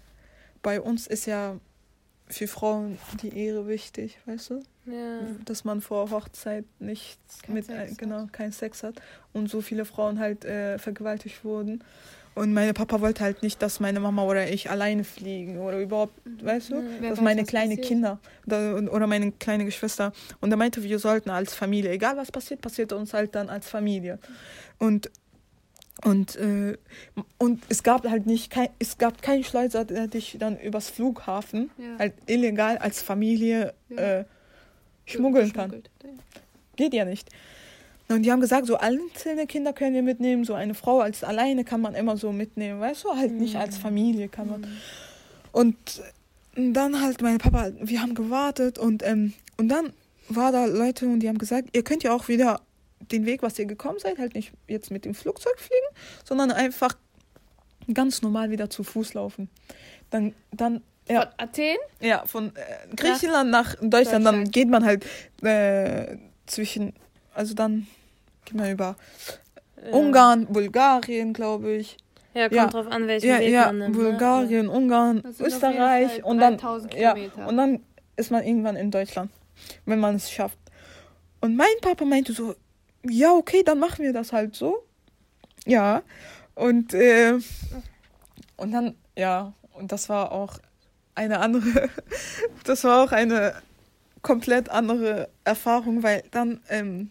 bei uns ist ja für Frauen die Ehre wichtig, weißt du? ja. Dass man vor Hochzeit nicht Kein mit Sex hat. genau keinen Sex hat und so viele Frauen halt äh, vergewaltigt wurden. Und mein Papa wollte halt nicht, dass meine Mama oder ich alleine fliegen oder überhaupt, weißt du, Wer dass weiß, meine was kleine passiert. Kinder oder, oder meine kleine Geschwister. Und er meinte, wir sollten als Familie, egal was passiert, passiert uns halt dann als Familie. Und und äh, und es gab halt nicht kein, es gab keinen Schleuser, der dich dann übers Flughafen Ja. halt illegal als Familie Ja. äh, schmuggeln kann. Geschmuggelt. Ja. Geht ja nicht. Und die haben gesagt, so einzelne Kinder können wir mitnehmen, so eine Frau als alleine kann man immer so mitnehmen, weißt du, halt nicht als Familie kann man. Und dann halt mein Papa, wir haben gewartet und ähm, und dann war da Leute und die haben gesagt, ihr könnt ja auch wieder den Weg, was ihr gekommen seid, halt nicht jetzt mit dem Flugzeug fliegen, sondern einfach ganz normal wieder zu Fuß laufen. Dann dann ja. Von Athen? Ja, von äh, Griechenland nach Deutschland, dann Deutschland. geht man halt äh, zwischen, also dann geht man über Ungarn, Bulgarien, glaube ich. Ja, kommt Ja. drauf an, welchen Ja, Weg ja, man nimmt. Bulgarien, Ungarn, Das sind auf jeden Österreich Fall und dann dreitausend ja, Kilometer. und dann ist man irgendwann in Deutschland, wenn man es schafft. Und mein Papa meinte so, ja, okay, dann machen wir das halt so. Ja. Und äh, und dann ja, und das war auch eine andere, das war auch eine komplett andere Erfahrung, weil dann, ähm,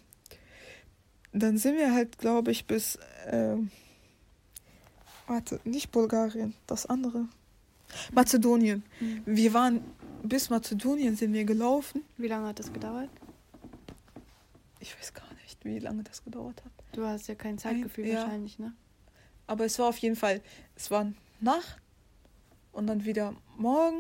dann sind wir halt, glaube ich, bis, ähm, warte, nicht Bulgarien, das andere, Mazedonien. Mhm. Wir waren, bis Mazedonien sind wir gelaufen. Wie lange hat das gedauert? Ich weiß gar nicht, wie lange das gedauert hat. Du hast ja kein Zeitgefühl ja. wahrscheinlich, ne? Aber es war auf jeden Fall, es war Nacht und dann wieder morgen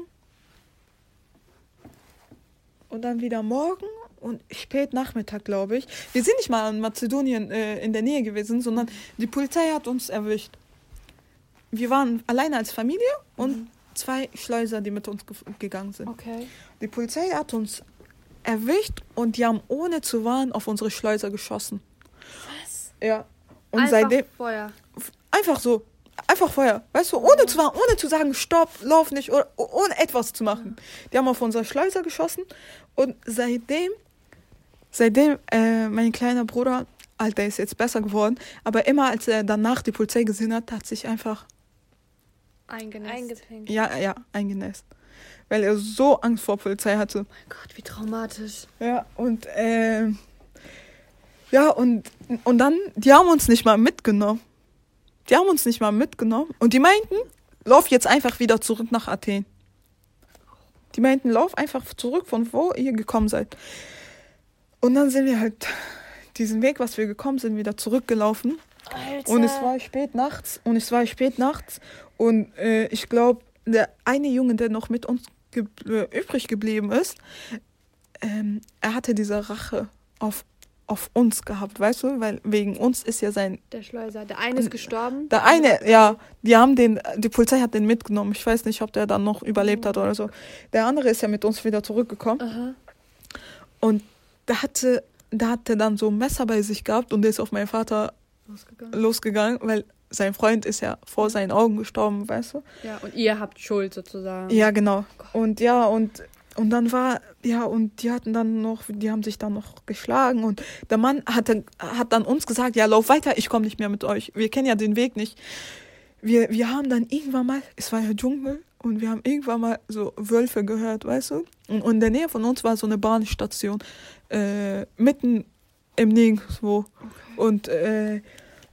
und dann wieder morgen und spät Nachmittag, glaube ich. Wir sind nicht mal in Mazedonien äh, in der Nähe gewesen, sondern die Polizei hat uns erwischt. Wir waren alleine als Familie und Mhm. zwei Schleuser, die mit uns ge- gegangen sind. Okay. Die Polizei hat uns erwischt und die haben ohne zu warnen auf unsere Schleuser geschossen. Was? Ja. Und Einfach seitdem Feuer. einfach so, einfach Feuer, weißt du, ohne zu warnen, ohne zu sagen, stopp, lauf nicht, oder ohne etwas zu machen. Die haben auf unsere Schleuser geschossen und seitdem, seitdem äh, mein kleiner Bruder, Alter, ist jetzt besser geworden, aber immer als er danach die Polizei gesehen hat, hat sich einfach, Eingenässt. Eingepinkt. ja, ja, eingenässt. Weil er so Angst vor Polizei hatte. Gott, wie traumatisch. Ja, und, äh, ja, und, und dann, die haben uns nicht mal mitgenommen. Die haben uns nicht mal mitgenommen. Und die meinten, lauf jetzt einfach wieder zurück nach Athen. Die meinten, lauf einfach zurück, von wo ihr gekommen seid. Und dann sind wir halt diesen Weg, was wir gekommen sind, wieder zurückgelaufen. Alter. Und es war spät nachts. Und es war spät nachts. Und äh, ich glaube, der eine Junge, der noch mit uns ge- äh, übrig geblieben ist, ähm, er hatte diese Rache auf, auf uns gehabt, weißt du? Weil wegen uns ist ja sein... Der Schleuser. Der eine ist gestorben. Der eine, ja, die haben den, die Polizei hat den mitgenommen. Ich weiß nicht, ob der dann noch überlebt hat oder so. Der andere ist ja mit uns wieder zurückgekommen. Aha. Und der hatte, der hatte dann so ein Messer bei sich gehabt und der ist auf meinen Vater Losgegangen. losgegangen, weil sein Freund ist ja vor seinen Augen gestorben, weißt du? Ja, und ihr habt Schuld sozusagen. Ja, genau. Und ja, und, und dann war, ja, und die hatten dann noch, die haben sich dann noch geschlagen und der Mann hat dann, hat dann uns gesagt, ja, lauf weiter, ich komme nicht mehr mit euch. Wir kennen ja den Weg nicht. Wir, wir haben dann irgendwann mal, es war ja Dschungel und wir haben irgendwann mal so Wölfe gehört, weißt du? Und, und in der Nähe von uns war so eine Bahnstation, äh, mitten im Nirgendwo. Und äh,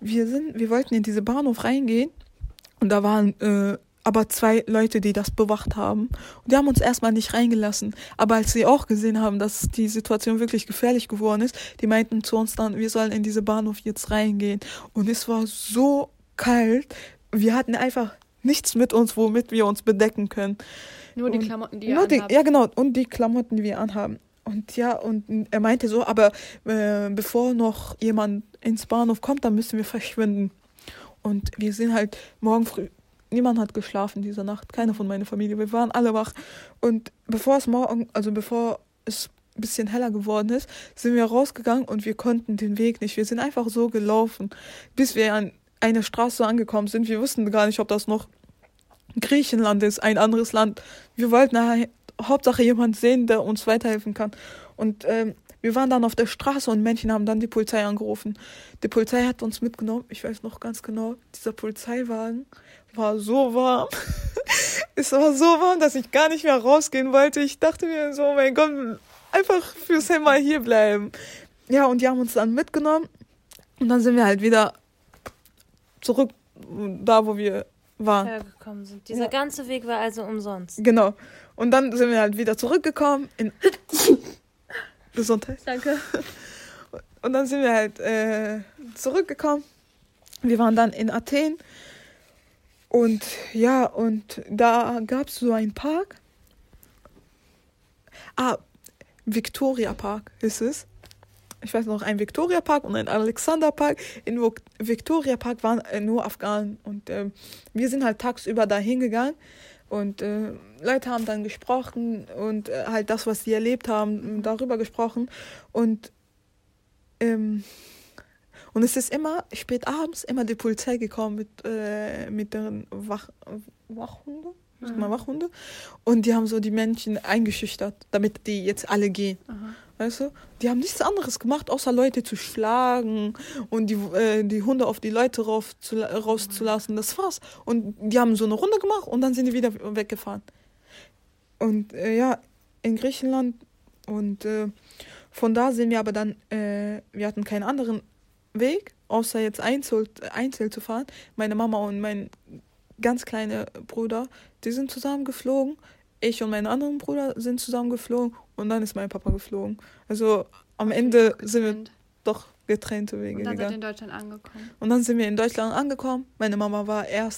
wir sind, wir wollten in diese Bahnhof reingehen und da waren äh, aber zwei Leute, die das bewacht haben. Und die haben uns erstmal nicht reingelassen. Aber als sie auch gesehen haben, dass die Situation wirklich gefährlich geworden ist, die meinten zu uns dann, wir sollen in diese Bahnhof jetzt reingehen. Und es war so kalt. Wir hatten einfach nichts mit uns, womit wir uns bedecken können. Nur die und Klamotten, die ihr nur die, anhabt. Ja, genau. Und die Klamotten, die wir anhaben. Und ja, und er meinte so, aber äh, bevor noch jemand ins Bahnhof kommt, dann müssen wir verschwinden. Und wir sind halt morgen früh, niemand hat geschlafen diese Nacht, keiner von meiner Familie, wir waren alle wach. Und bevor es morgen, also bevor es ein bisschen heller geworden ist, sind wir rausgegangen und wir konnten den Weg nicht. Wir sind einfach so gelaufen, bis wir an einer Straße angekommen sind. Wir wussten gar nicht, ob das noch Griechenland ist, ein anderes Land. Wir wollten halt Hauptsache jemand sehen, der uns weiterhelfen kann. Und ähm, wir waren dann auf der Straße und Menschen haben dann die Polizei angerufen. Die Polizei hat uns mitgenommen, ich weiß noch ganz genau, dieser Polizeiwagen war so warm. Es war so warm, dass ich gar nicht mehr rausgehen wollte. Ich dachte mir so, oh mein Gott, einfach fürs Mal hier bleiben. Ja, und die haben uns dann mitgenommen und dann sind wir halt wieder zurück da, wo wir waren. hergekommen sind. Dieser Ja. ganze Weg war also umsonst. Genau. Und dann sind wir halt wieder zurückgekommen in Gesundheit. Danke. Und dann sind wir halt äh, zurückgekommen. Wir waren dann in Athen. Und ja, und da gab es so einen Park. Ah, Victoria Park ist es. Ich weiß noch, ein Victoria Park und ein Alexander Park. In Vok- Victoria Park waren äh, nur Afghanen. Und äh, wir sind halt tagsüber da hingegangen. Und äh, Leute haben dann gesprochen und äh, halt das, was sie erlebt haben, darüber gesprochen. Und, ähm, und es ist immer, spät abends, immer die Polizei gekommen mit, äh, mit deren Wach, Wachhunde. Mhm. Mal Wachhunde. Und die haben so die Menschen eingeschüchtert, damit die jetzt alle gehen. Aha. Weißt du? Die haben nichts anderes gemacht, außer Leute zu schlagen und die, äh, die Hunde auf die Leute rauf zu, rauszulassen. Das war's. Und die haben so eine Runde gemacht und dann sind die wieder weggefahren. Und äh, ja, in Griechenland. Und äh, von da sind wir aber dann, äh, wir hatten keinen anderen Weg, außer jetzt einzeln, einzeln zu fahren. Meine Mama und mein ganz kleiner Bruder, die sind zusammen geflogen. Ich und mein anderen Bruder sind zusammen geflogen und dann ist mein Papa geflogen. Also am Ende sind wir doch getrennte Wege Und dann seid ihr gegangen. in Deutschland angekommen. Und dann sind wir in Deutschland angekommen. Meine Mama war erst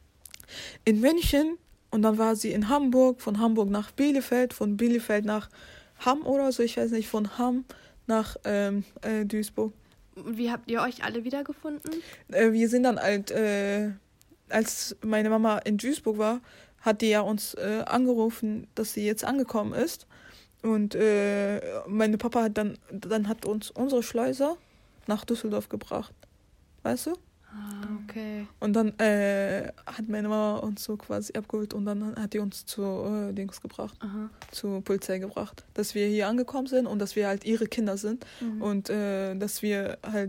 in München und dann war sie in Hamburg, von Hamburg nach Bielefeld, von Bielefeld nach Hamm oder so, ich weiß nicht, von Hamm nach ähm, äh, Duisburg. Und wie habt ihr euch alle wiedergefunden? Äh, wir sind dann halt, äh, als meine Mama in Duisburg war, hat die ja uns äh, angerufen, dass sie jetzt angekommen ist. Und äh, meine Papa hat dann, dann hat uns unsere Schleuser nach Düsseldorf gebracht. Weißt du? Ah, okay. Und dann äh, hat meine Mama uns so quasi abgeholt und dann hat die uns zu äh, Dings gebracht, Aha. zur Polizei gebracht. Dass wir hier angekommen sind und dass wir halt ihre Kinder sind Mhm. und äh, dass wir halt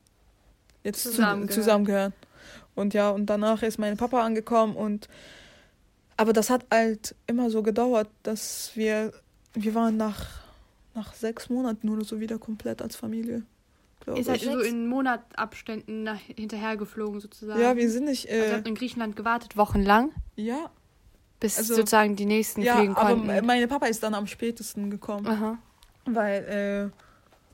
jetzt Zusammengehören. zu, zusammengehören. Und ja, und danach ist mein Papa angekommen und aber das hat halt immer so gedauert, dass wir, wir waren nach, nach sechs Monaten oder so wieder komplett als Familie, glaube Ihr seid ich. so in Monatabständen nach, hinterher geflogen sozusagen. Ja, wir sind nicht, Also ihr äh, habt in Griechenland gewartet, wochenlang, ja, bis Also- sozusagen die nächsten ja, fliegen aber konnten. m- mein Papa ist dann am spätesten gekommen, Aha. weil, äh,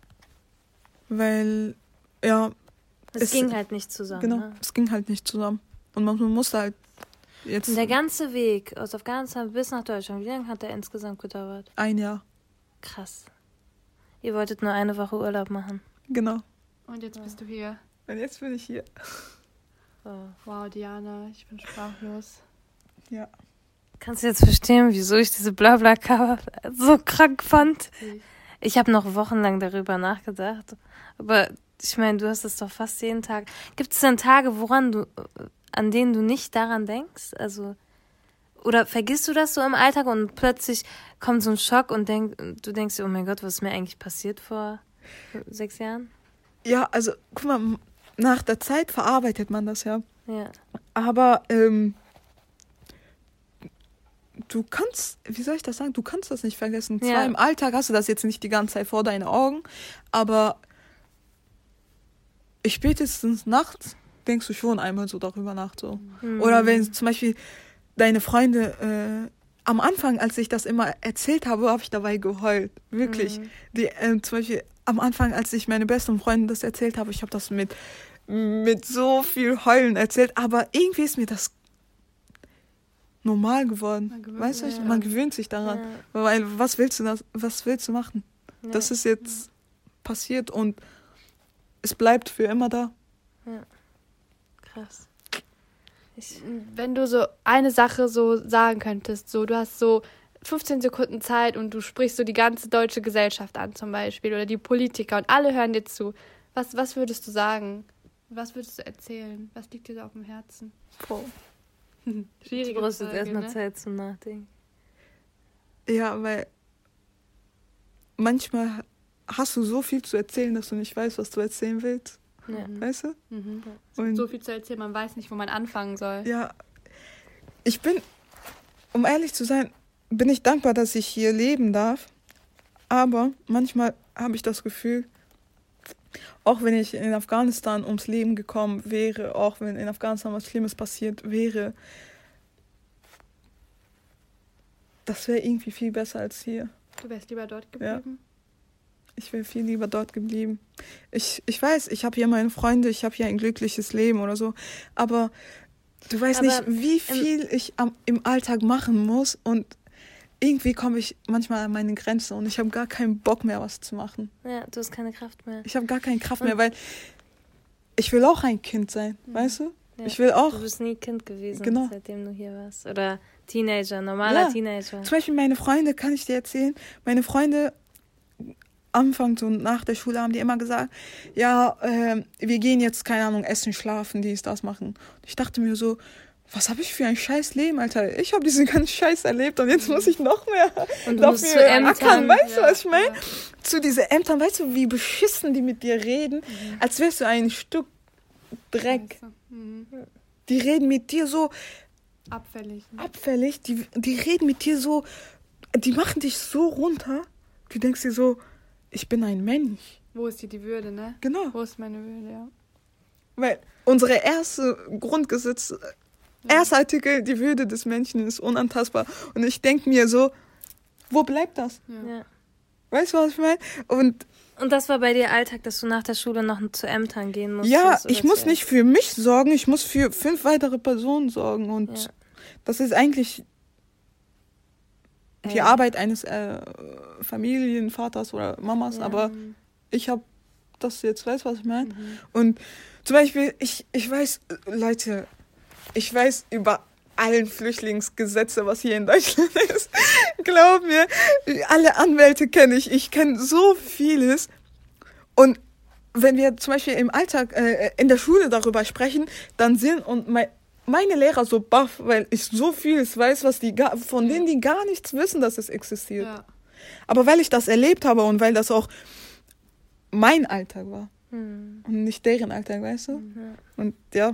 weil, ja, Es, Es- ging halt nicht zusammen. genau, Ne? es ging halt nicht zusammen. Und man, man musste halt jetzt Und der ganze Weg aus Afghanistan bis nach Deutschland, wie lange hat der insgesamt gedauert? ein Jahr, Krass. Ihr wolltet nur eine Woche Urlaub machen. genau. Und jetzt bist du hier. Und jetzt bin ich hier. Oh. Wow, Diana, ich bin sprachlos. Ja. Kannst du jetzt verstehen, wieso ich diese Blabla-Cover so krank fand? Ich habe noch wochenlang darüber nachgedacht. Aber ich meine, du hast es doch fast jeden Tag. Gibt es denn Tage, woran du, an denen du nicht daran denkst? Also, oder vergisst du das so im Alltag und plötzlich kommt so ein Schock und denk, du denkst dir, oh mein Gott, was ist mir eigentlich passiert vor sechs Jahren? Ja, also, guck mal, nach der Zeit verarbeitet man das ja. Ja. Aber, ähm, du kannst, wie soll ich das sagen, du kannst das nicht vergessen. Zwar Ja. im Alltag hast du das jetzt nicht die ganze Zeit vor deinen Augen, aber spätestens nachts denkst du schon einmal so darüber nach. So. Mhm. Oder wenn zum Beispiel deine Freunde, äh, am Anfang, als ich das immer erzählt habe, habe ich dabei geheult. Wirklich. Mhm. Die, äh, zum Beispiel am Anfang, als ich meine besten Freunden das erzählt habe, ich habe das mit, mit so viel Heulen erzählt, aber irgendwie ist mir das normal geworden. Man gewöhnt Weißt du, sich ich- man gewöhnt sich daran. Ja. Weil was willst du das, was willst du machen? Ja. Das ist jetzt passiert und es bleibt für immer da. Krass. Ich, Wenn du so eine Sache so sagen könntest, so du hast so fünfzehn Sekunden Zeit und du sprichst so die ganze deutsche Gesellschaft an zum Beispiel oder die Politiker und alle hören dir zu. Was, was würdest du sagen? Was würdest du erzählen? Was liegt dir da auf dem Herzen? Boah. du Schwierige brauchst jetzt Frage, erstmal ne? Zeit zum Nachdenken. Ja, weil manchmal hast du so viel zu erzählen, dass du nicht weißt, was du erzählen willst. Ja. Weißt du? Mhm. Und So viel zu erzählen, man weiß nicht, wo man anfangen soll. ja, ich bin, um ehrlich zu sein, bin ich dankbar, dass ich hier leben darf. Aber manchmal habe ich das Gefühl, auch wenn ich in Afghanistan ums Leben gekommen wäre, auch wenn in Afghanistan was Schlimmes passiert wäre, das wäre irgendwie viel besser als hier. Du wärst lieber dort geblieben? Ich wäre viel lieber dort geblieben. Ich, ich weiß, ich habe hier meine Freunde, ich habe hier ein glückliches Leben oder so, aber du weißt Aber nicht, wie viel ich am, im Alltag machen muss und irgendwie komme ich manchmal an meine Grenze und ich habe gar keinen Bock mehr, was zu machen. Ja, du hast keine Kraft mehr. Ich habe gar keine Kraft Und- mehr, weil ich will auch ein Kind sein, weißt du? Ja. Ich will auch, Du bist nie Kind gewesen, Genau. seitdem du hier warst. Oder Teenager, normaler Ja. Teenager. zum Beispiel meine Freunde, kann ich dir erzählen, meine Freunde anfangs und nach der Schule haben die immer gesagt, ja, ähm, wir gehen jetzt, keine Ahnung, essen, schlafen, dies, das machen. Und ich dachte mir so, was habe ich für ein scheiß Leben, Alter? Ich habe diesen ganzen Scheiß erlebt und jetzt muss ich noch mehr Und du dafür musst zu Ämtern. ackern. Weißt du, Ja, was ich meine? ja. Zu diesen Ämtern, weißt du, wie beschissen die mit dir reden, als wärst du ein Stück Dreck. Scheiße. Mhm. Die reden mit dir so Abfällig. Ne? abfällig, die, die reden mit dir so, die machen dich so runter, du denkst dir so, ich bin ein Mensch. Wo ist hier die Würde, ne? Genau. Wo ist meine Würde, ja. Weil unsere erste Grundgesetz, erster Artikel, die Würde des Menschen ist unantastbar. Und ich denke mir so, wo bleibt das? Ja. Ja. Weißt du, was ich meine? Und Und das war bei dir Alltag, dass du nach der Schule noch zu Ämtern gehen musstest? ja, oder ich muss zu- nicht für mich sorgen, ich muss für fünf weitere Personen sorgen. Und Ja. das ist eigentlich die Ey. Arbeit eines äh, Familienvaters oder Mamas. Ja. Aber ich habe das jetzt, weißt du, was ich meine? Und zum Beispiel, ich, ich weiß, äh, Leute, ich weiß über allen Flüchtlingsgesetze, was hier in Deutschland ist. Glaub mir, alle Anwälte kenne ich. Ich kenne so vieles. Und wenn wir zum Beispiel im Alltag, äh, in der Schule darüber sprechen, dann sind und mein, meine Lehrer so baff, weil ich so vieles weiß, was die gar, von denen die gar nichts wissen, dass es existiert. Ja. Aber weil ich das erlebt habe und weil das auch mein Alltag war Hm. und nicht deren Alltag, weißt du? Ja. Und ja,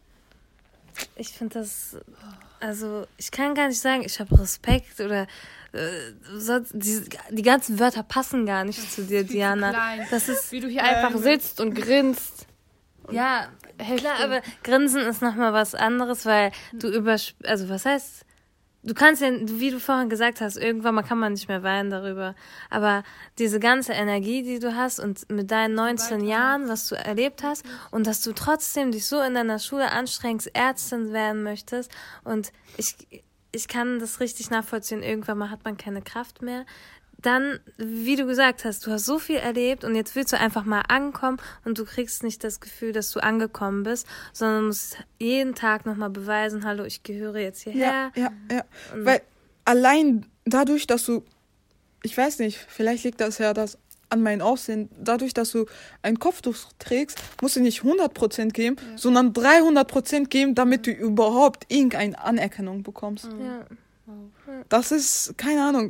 Ich finde das, also ich kann gar nicht sagen, ich habe Respekt oder äh, sonst, die, die ganzen Wörter passen gar nicht zu dir, Viel zu Diana. klein. Das ist, Wie du hier einfach sitzt und grinst. ja, Heftig. klar, aber Grinsen ist nochmal was anderes, weil du über, also was heißt, du kannst ja, wie du vorhin gesagt hast, irgendwann mal kann man nicht mehr weinen darüber, aber diese ganze Energie, die du hast und mit deinen neunzehn Jahren, was du erlebt hast und dass du trotzdem dich so in deiner Schule anstrengst, Ärztin werden möchtest und ich, ich kann das richtig nachvollziehen, irgendwann mal hat man keine Kraft mehr. Dann, wie du gesagt hast, du hast so viel erlebt und jetzt willst du einfach mal ankommen und du kriegst nicht das Gefühl, dass du angekommen bist, sondern musst jeden Tag nochmal beweisen, hallo, ich gehöre jetzt hierher. ja, ja, ja. Und- Weil allein dadurch, dass du, ich weiß nicht, vielleicht liegt das ja das an meinem Aussehen, dadurch, dass du ein Kopftuch trägst, musst du nicht hundert Prozent geben, sondern dreihundert Prozent geben, damit du überhaupt irgendeine Anerkennung bekommst. Ja. Das ist, keine Ahnung.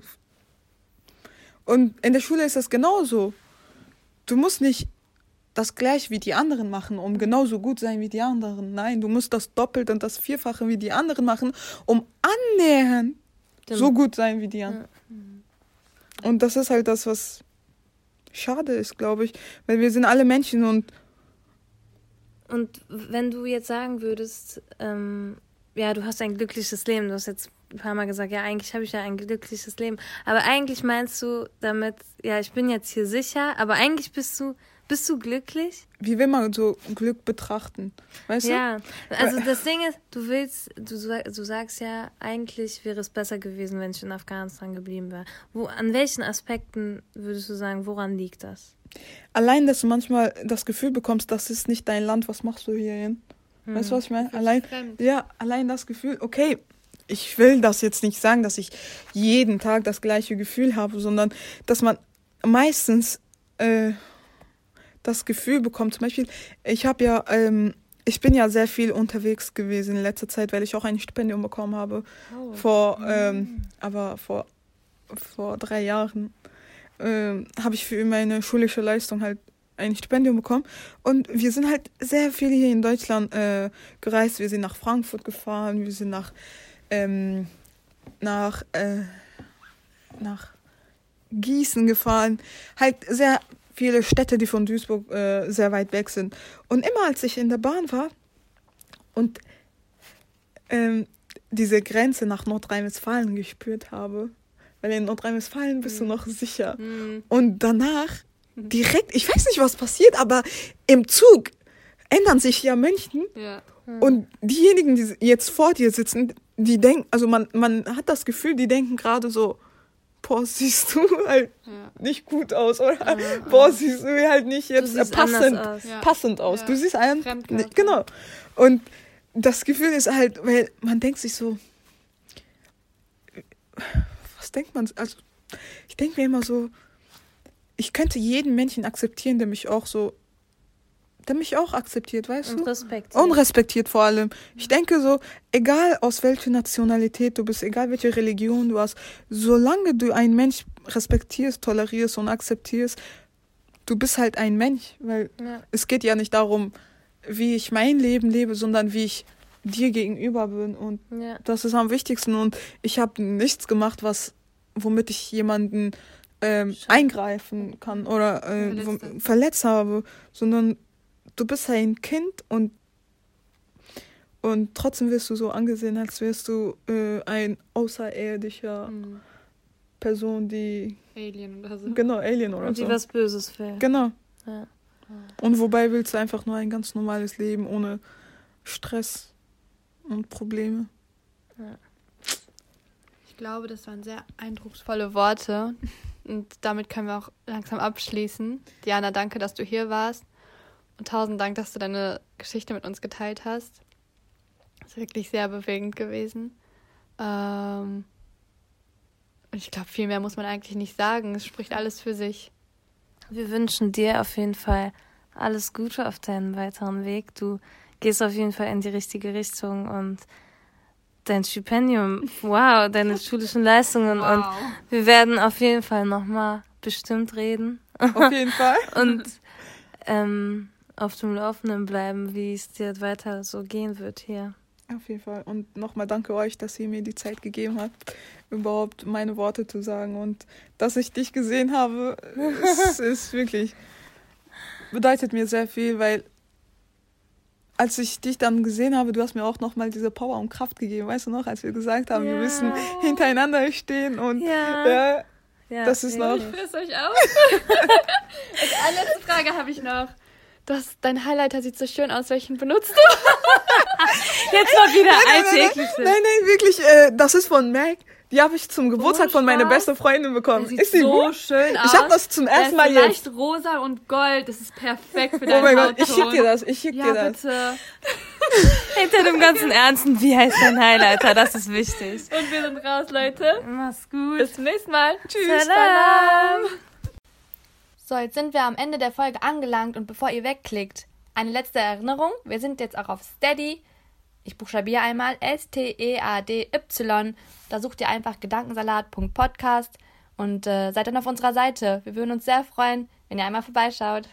Und in der Schule ist das genauso. Du musst nicht das gleich wie die anderen machen, um genauso gut sein wie die anderen. Nein, du musst das Doppelte und das Vierfache wie die anderen machen, um annähernd Stimmt. so gut sein wie die anderen. Und das ist halt das, was schade ist, glaube ich. Weil wir sind alle Menschen und Und wenn du jetzt sagen würdest, ähm, ja, du hast ein glückliches Leben, du hast jetzt ein paar Mal gesagt, ja, eigentlich habe ich ja ein glückliches Leben, aber eigentlich meinst du damit, ja, ich bin jetzt hier sicher, aber eigentlich bist du, bist du glücklich? Wie will man so Glück betrachten? Weißt ja, du? Also das Ding ist, du willst, du, du sagst ja, eigentlich wäre es besser gewesen, wenn ich in Afghanistan geblieben wäre. Wo, an welchen Aspekten würdest du sagen, woran liegt das? Allein, dass du manchmal das Gefühl bekommst, das ist nicht dein Land, was machst du hierhin? Hm. Weißt du, was ich meine? Allein, ja, allein das Gefühl, okay, ich will das jetzt nicht sagen, dass ich jeden Tag das gleiche Gefühl habe, sondern dass man meistens äh, das Gefühl bekommt, zum Beispiel, ich habe ja, ähm, ich bin ja sehr viel unterwegs gewesen in letzter Zeit, weil ich auch ein Stipendium bekommen habe, oh. vor, ähm, aber vor, vor drei Jahren ähm, habe ich für meine schulische Leistung halt ein Stipendium bekommen und wir sind halt sehr viel hier in Deutschland äh, gereist, wir sind nach Frankfurt gefahren, wir sind nach ähm, nach äh, nach Gießen gefahren, halt sehr viele Städte, die von Duisburg äh, sehr weit weg sind. Und immer als ich in der Bahn war und ähm, diese Grenze nach Nordrhein-Westfalen gespürt habe, weil in Nordrhein-Westfalen bist mhm. du noch sicher. Mhm. Und danach direkt, ich weiß nicht, was passiert, aber im Zug ändern sich ja Menschen. Ja. Mhm. Und diejenigen, die jetzt vor dir sitzen, die denken, also man, man hat das Gefühl, die denken gerade so, boah, siehst du halt ja. nicht gut aus, oder? Ja, boah, siehst du halt nicht jetzt passend aus. Ja. passend aus. Ja. Du siehst einfach, genau. Und das Gefühl ist halt, weil man denkt sich so, was denkt man, also ich denke mir immer so, ich könnte jeden Menschen akzeptieren, der mich auch so, der mich auch akzeptiert, weißt und du? Respektiert. Und respektiert vor allem. Ich denke so, egal aus welcher Nationalität du bist, egal welche Religion du hast, solange du einen Mensch respektierst, tolerierst und akzeptierst, du bist halt ein Mensch. Weil ja. es geht ja nicht darum, wie ich mein Leben lebe, sondern wie ich dir gegenüber bin. Und ja. das ist am wichtigsten. Und ich habe nichts gemacht, was, womit ich jemanden ähm, eingreifen kann oder äh, verletzt, verletzt habe, sondern du bist ein Kind und, und trotzdem wirst du so angesehen, als wärst du äh, ein außerirdischer mhm. Person, die... Alien oder so. Genau, Alien oder und so. Und die was Böses will. Genau. Ja. Und wobei willst du einfach nur ein ganz normales Leben ohne Stress und Probleme. Ja. Ich glaube, das waren sehr eindrucksvolle Worte und damit können wir auch langsam abschließen. Diana, danke, dass du hier warst. Und tausend Dank, dass du deine Geschichte mit uns geteilt hast. Das ist wirklich sehr bewegend gewesen. Ähm und ich glaube, viel mehr muss man eigentlich nicht sagen. Es spricht alles für sich. Wir wünschen dir auf jeden Fall alles Gute auf deinem weiteren Weg. Du gehst auf jeden Fall in die richtige Richtung und dein Stipendium, wow, deine schulischen Leistungen. Wow. Und wir werden auf jeden Fall nochmal bestimmt reden. Auf jeden Fall. Und ähm, auf dem Laufenden bleiben, wie es dir weiter so gehen wird hier. Auf jeden Fall. Und nochmal danke euch, dass ihr mir die Zeit gegeben habt, überhaupt meine Worte zu sagen. Und dass ich dich gesehen habe, ist, ist wirklich, bedeutet mir sehr viel, weil als ich dich dann gesehen habe, du hast mir auch nochmal diese Power und Kraft gegeben. Weißt du noch, als wir gesagt haben, ja. wir müssen hintereinander stehen und ja. ja, ja, das ist noch... Ich friss euch auf. Als allerletzte Frage habe ich noch. Das, dein Highlighter sieht so schön aus. Welchen benutzt du? Jetzt mal wieder nein, alltäglich. Nein, nein, nein, nein, wirklich, äh, das ist von Mac. Die habe ich zum Geburtstag so von meiner besten Freundin bekommen. Der sieht ist die so gut? schön aus. Ich habe das zum ersten Mal jetzt. jetzt. Leicht rosa und gold. Das ist perfekt für deinen Oh mein Hautton. Gott, ich schick dir das. Ich schick ja, dir das. bitte. Hinter dem ganzen Ernsten, wie heißt dein Highlighter? Das ist wichtig. Und wir sind raus, Leute. Mach's gut. Bis zum nächsten Mal. Tschüss. Salam. So, jetzt sind wir am Ende der Folge angelangt und bevor ihr wegklickt, eine letzte Erinnerung. Wir sind jetzt auch auf Steady. Ich buchstabiere einmal S T E A D Y. Da sucht ihr einfach gedankensalat punkt podcast und äh, seid dann auf unserer Seite. Wir würden uns sehr freuen, wenn ihr einmal vorbeischaut.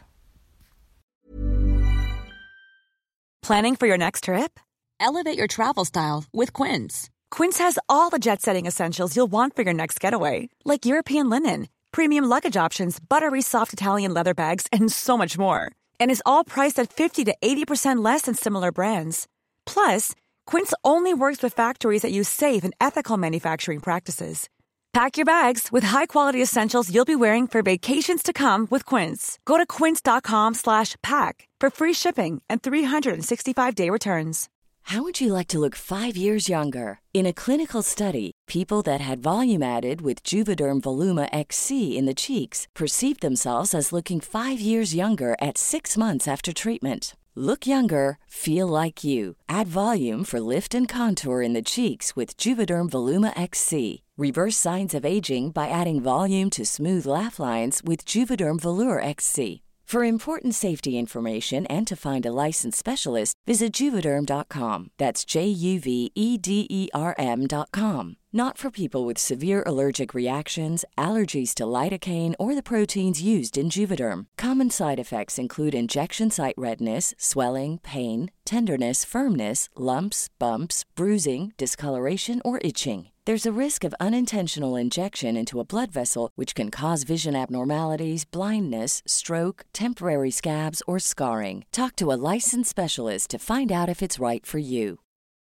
Planning for your next trip? Elevate your travel style with Quince. Quince has all the jet-setting essentials you'll want for your next getaway, like European linen, premium luggage options, buttery soft Italian leather bags, and so much more. And is all priced at fifty to eighty percent less than similar brands. Plus, Quince only works with factories that use safe and ethical manufacturing practices. Pack your bags with high-quality essentials you'll be wearing for vacations to come with Quince. Go to quince.com slash pack for free shipping and three sixty-five day returns. How would you like to look five years younger? In a clinical study, people that had volume added with Juvederm Voluma X C in the cheeks perceived themselves as looking five years younger at six months after treatment. Look younger, feel like you. Add volume for lift and contour in the cheeks with Juvederm Voluma X C. Reverse signs of aging by adding volume to smooth laugh lines with Juvederm Volure X C. For important safety information and to find a licensed specialist, visit Juvederm dot com. That's J U V E D E R M dot com. Not for people with severe allergic reactions, allergies to lidocaine, or the proteins used in Juvederm. Common side effects include injection site redness, swelling, pain, tenderness, firmness, lumps, bumps, bruising, discoloration, or itching. There's a risk of unintentional injection into a blood vessel, which can cause vision abnormalities, blindness, stroke, temporary scabs, or scarring. Talk to a licensed specialist to find out if it's right for you.